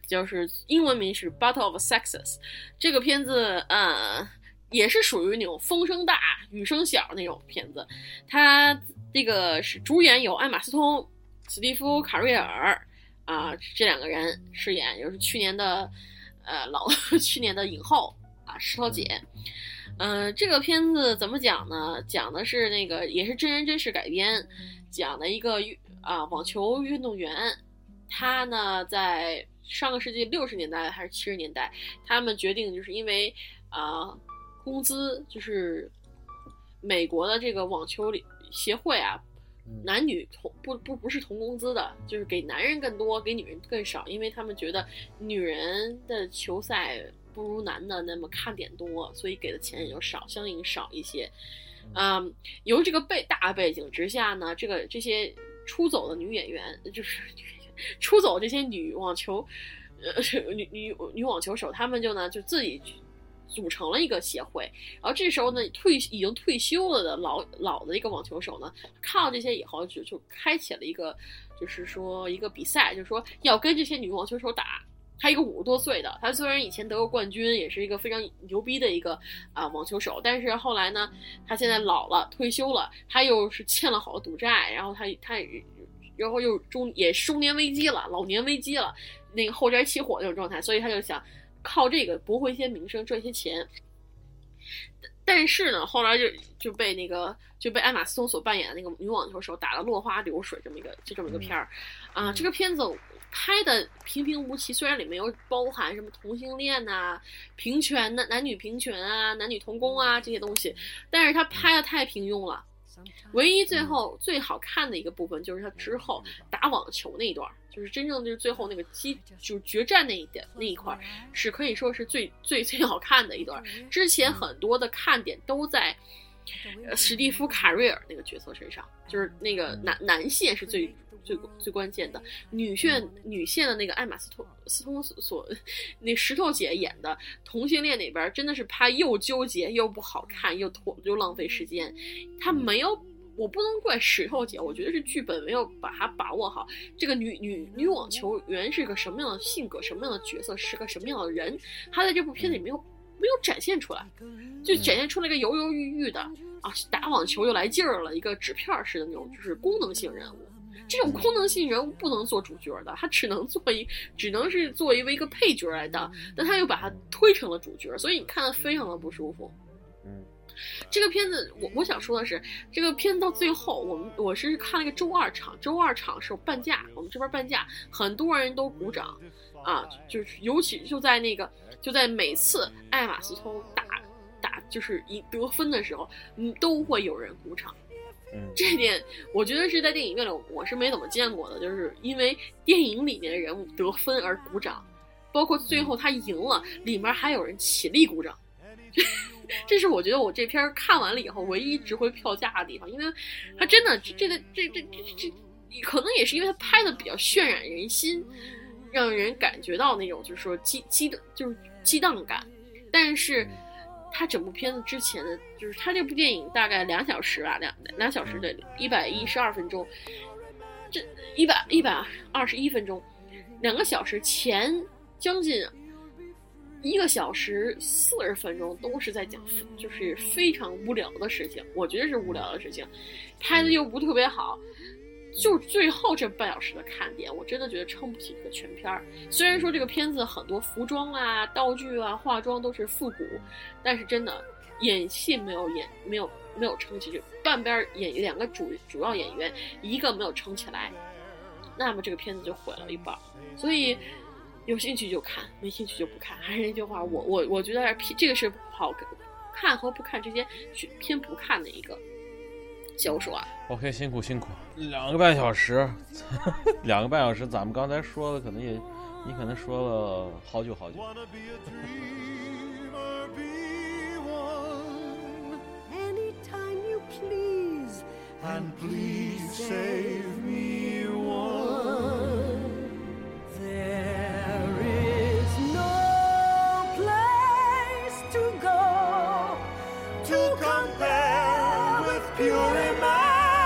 就是英文名是 Battle of Sexes。这个片子也是属于那种风声大雨声小那种片子。它这个是主演有艾玛斯通、史蒂夫·卡瑞尔这两个人饰演，就是去年的去年的影后石头姐。这个片子怎么讲呢？讲的是那个也是真人真事改编，讲的一个网球运动员，他呢在上个世纪60年代还是70年代，他们决定就是因为工资就是美国的这个网球协会男女不是同工资的，就是给男人更多，给女人更少，因为他们觉得女人的球赛不如男的那么看点多，所以给的钱也就相应少一些。由这个大背景之下呢，这些出走的女演员，就是出走这些女网球女网球手，他们就自己组成了一个协会。然后这时候呢，已经退休了的老的一个网球手呢，看到这些以后就开启了一个，就是说一个比赛，就是说要跟这些女网球手打。他一个50多岁的，他虽然以前得过冠军，也是一个非常牛逼的一个网球手，但是后来呢，他现在老了，退休了，他又是欠了好多赌债，然后他然后又也是中年危机了，老年危机了，那个后宅起火那种状态，所以他就想靠这个博回一些名声，赚一些钱。但是呢，后来就被艾玛斯通所扮演的那个女网球手打得落花流水，这么一个片儿这个片子拍的平平无奇，虽然里面有包含什么同性恋平权男女平权男女同工这些东西，但是他拍的太平庸了。唯一最后最好看的一个部分就是他之后打网球那一段，就是真正就是最后那个就是决战那一块，是可以说是最好看的一段。之前很多的看点都在史蒂夫·卡瑞尔那个角色身上，就是那个男线是最关键的，女线的那个艾玛斯通那石头姐演的同性恋那边真的是拍又纠结又不好看又浪费时间。他没有，我不能怪石头姐，我觉得是剧本没有把它把握好。这个女网球员是个什么样的性格，什么样的角色，是个什么样的人，她在这部片子里没有展现出来，就展现出来一个犹犹豫豫的打网球又来劲儿了，一个纸片式的那种就是功能性人物。这种功能性人物不能做主角的，他只能是作为一个配角来当，但他又把他推成了主角，所以你看得非常的不舒服。这个片子我想说的是，这个片子到最后我是看了一个周二场是有半价，我们这边半价，很多人都鼓掌就是尤其就在每次艾玛斯通打就是一得分的时候，都会有人鼓掌。这点我觉得是在电影院里我是没怎么见过的，就是因为电影里面的人物得分而鼓掌，包括最后他赢了，里面还有人起立鼓掌。这是我觉得我这片看完了以后唯一值回票价的地方，因为他真的这可能也是因为他拍的比较渲染人心，让人感觉到那种就是说激荡感，但是他整部片子之前的就是他这部电影大概2小时吧，2小时的112分钟，这121分钟，2个小时前将近1个小时40分钟都是在讲就是非常无聊的事情，我觉得是无聊的事情，拍的又不特别好，就最后这半小时的看点，我真的觉得撑不起这个全片。虽然说这个片子很多服装道具化妆都是复古，但是真的演戏没有撑起，就半边2个主要演员一个没有撑起来，那么这个片子就毁了一半。所以有兴趣就看，没兴趣就不看。还是那句话，我觉得这个是好看和不看之间偏不看的一个小说 OK， 辛苦，2个半小时，2个半小时，咱们刚才说的你可能说了好久。 Anytime you please, and please save me one. There is no place to go to compare with pure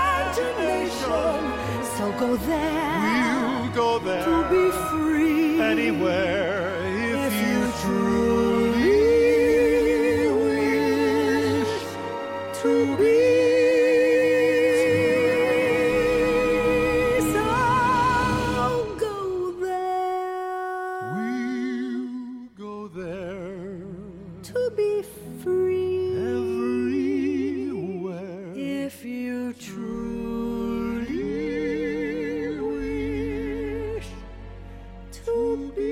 imagination. So go there, We'll go there to be free anywhere if you truly wish to be. So go there We'll go there to be free. everywhere If you truly wish to be.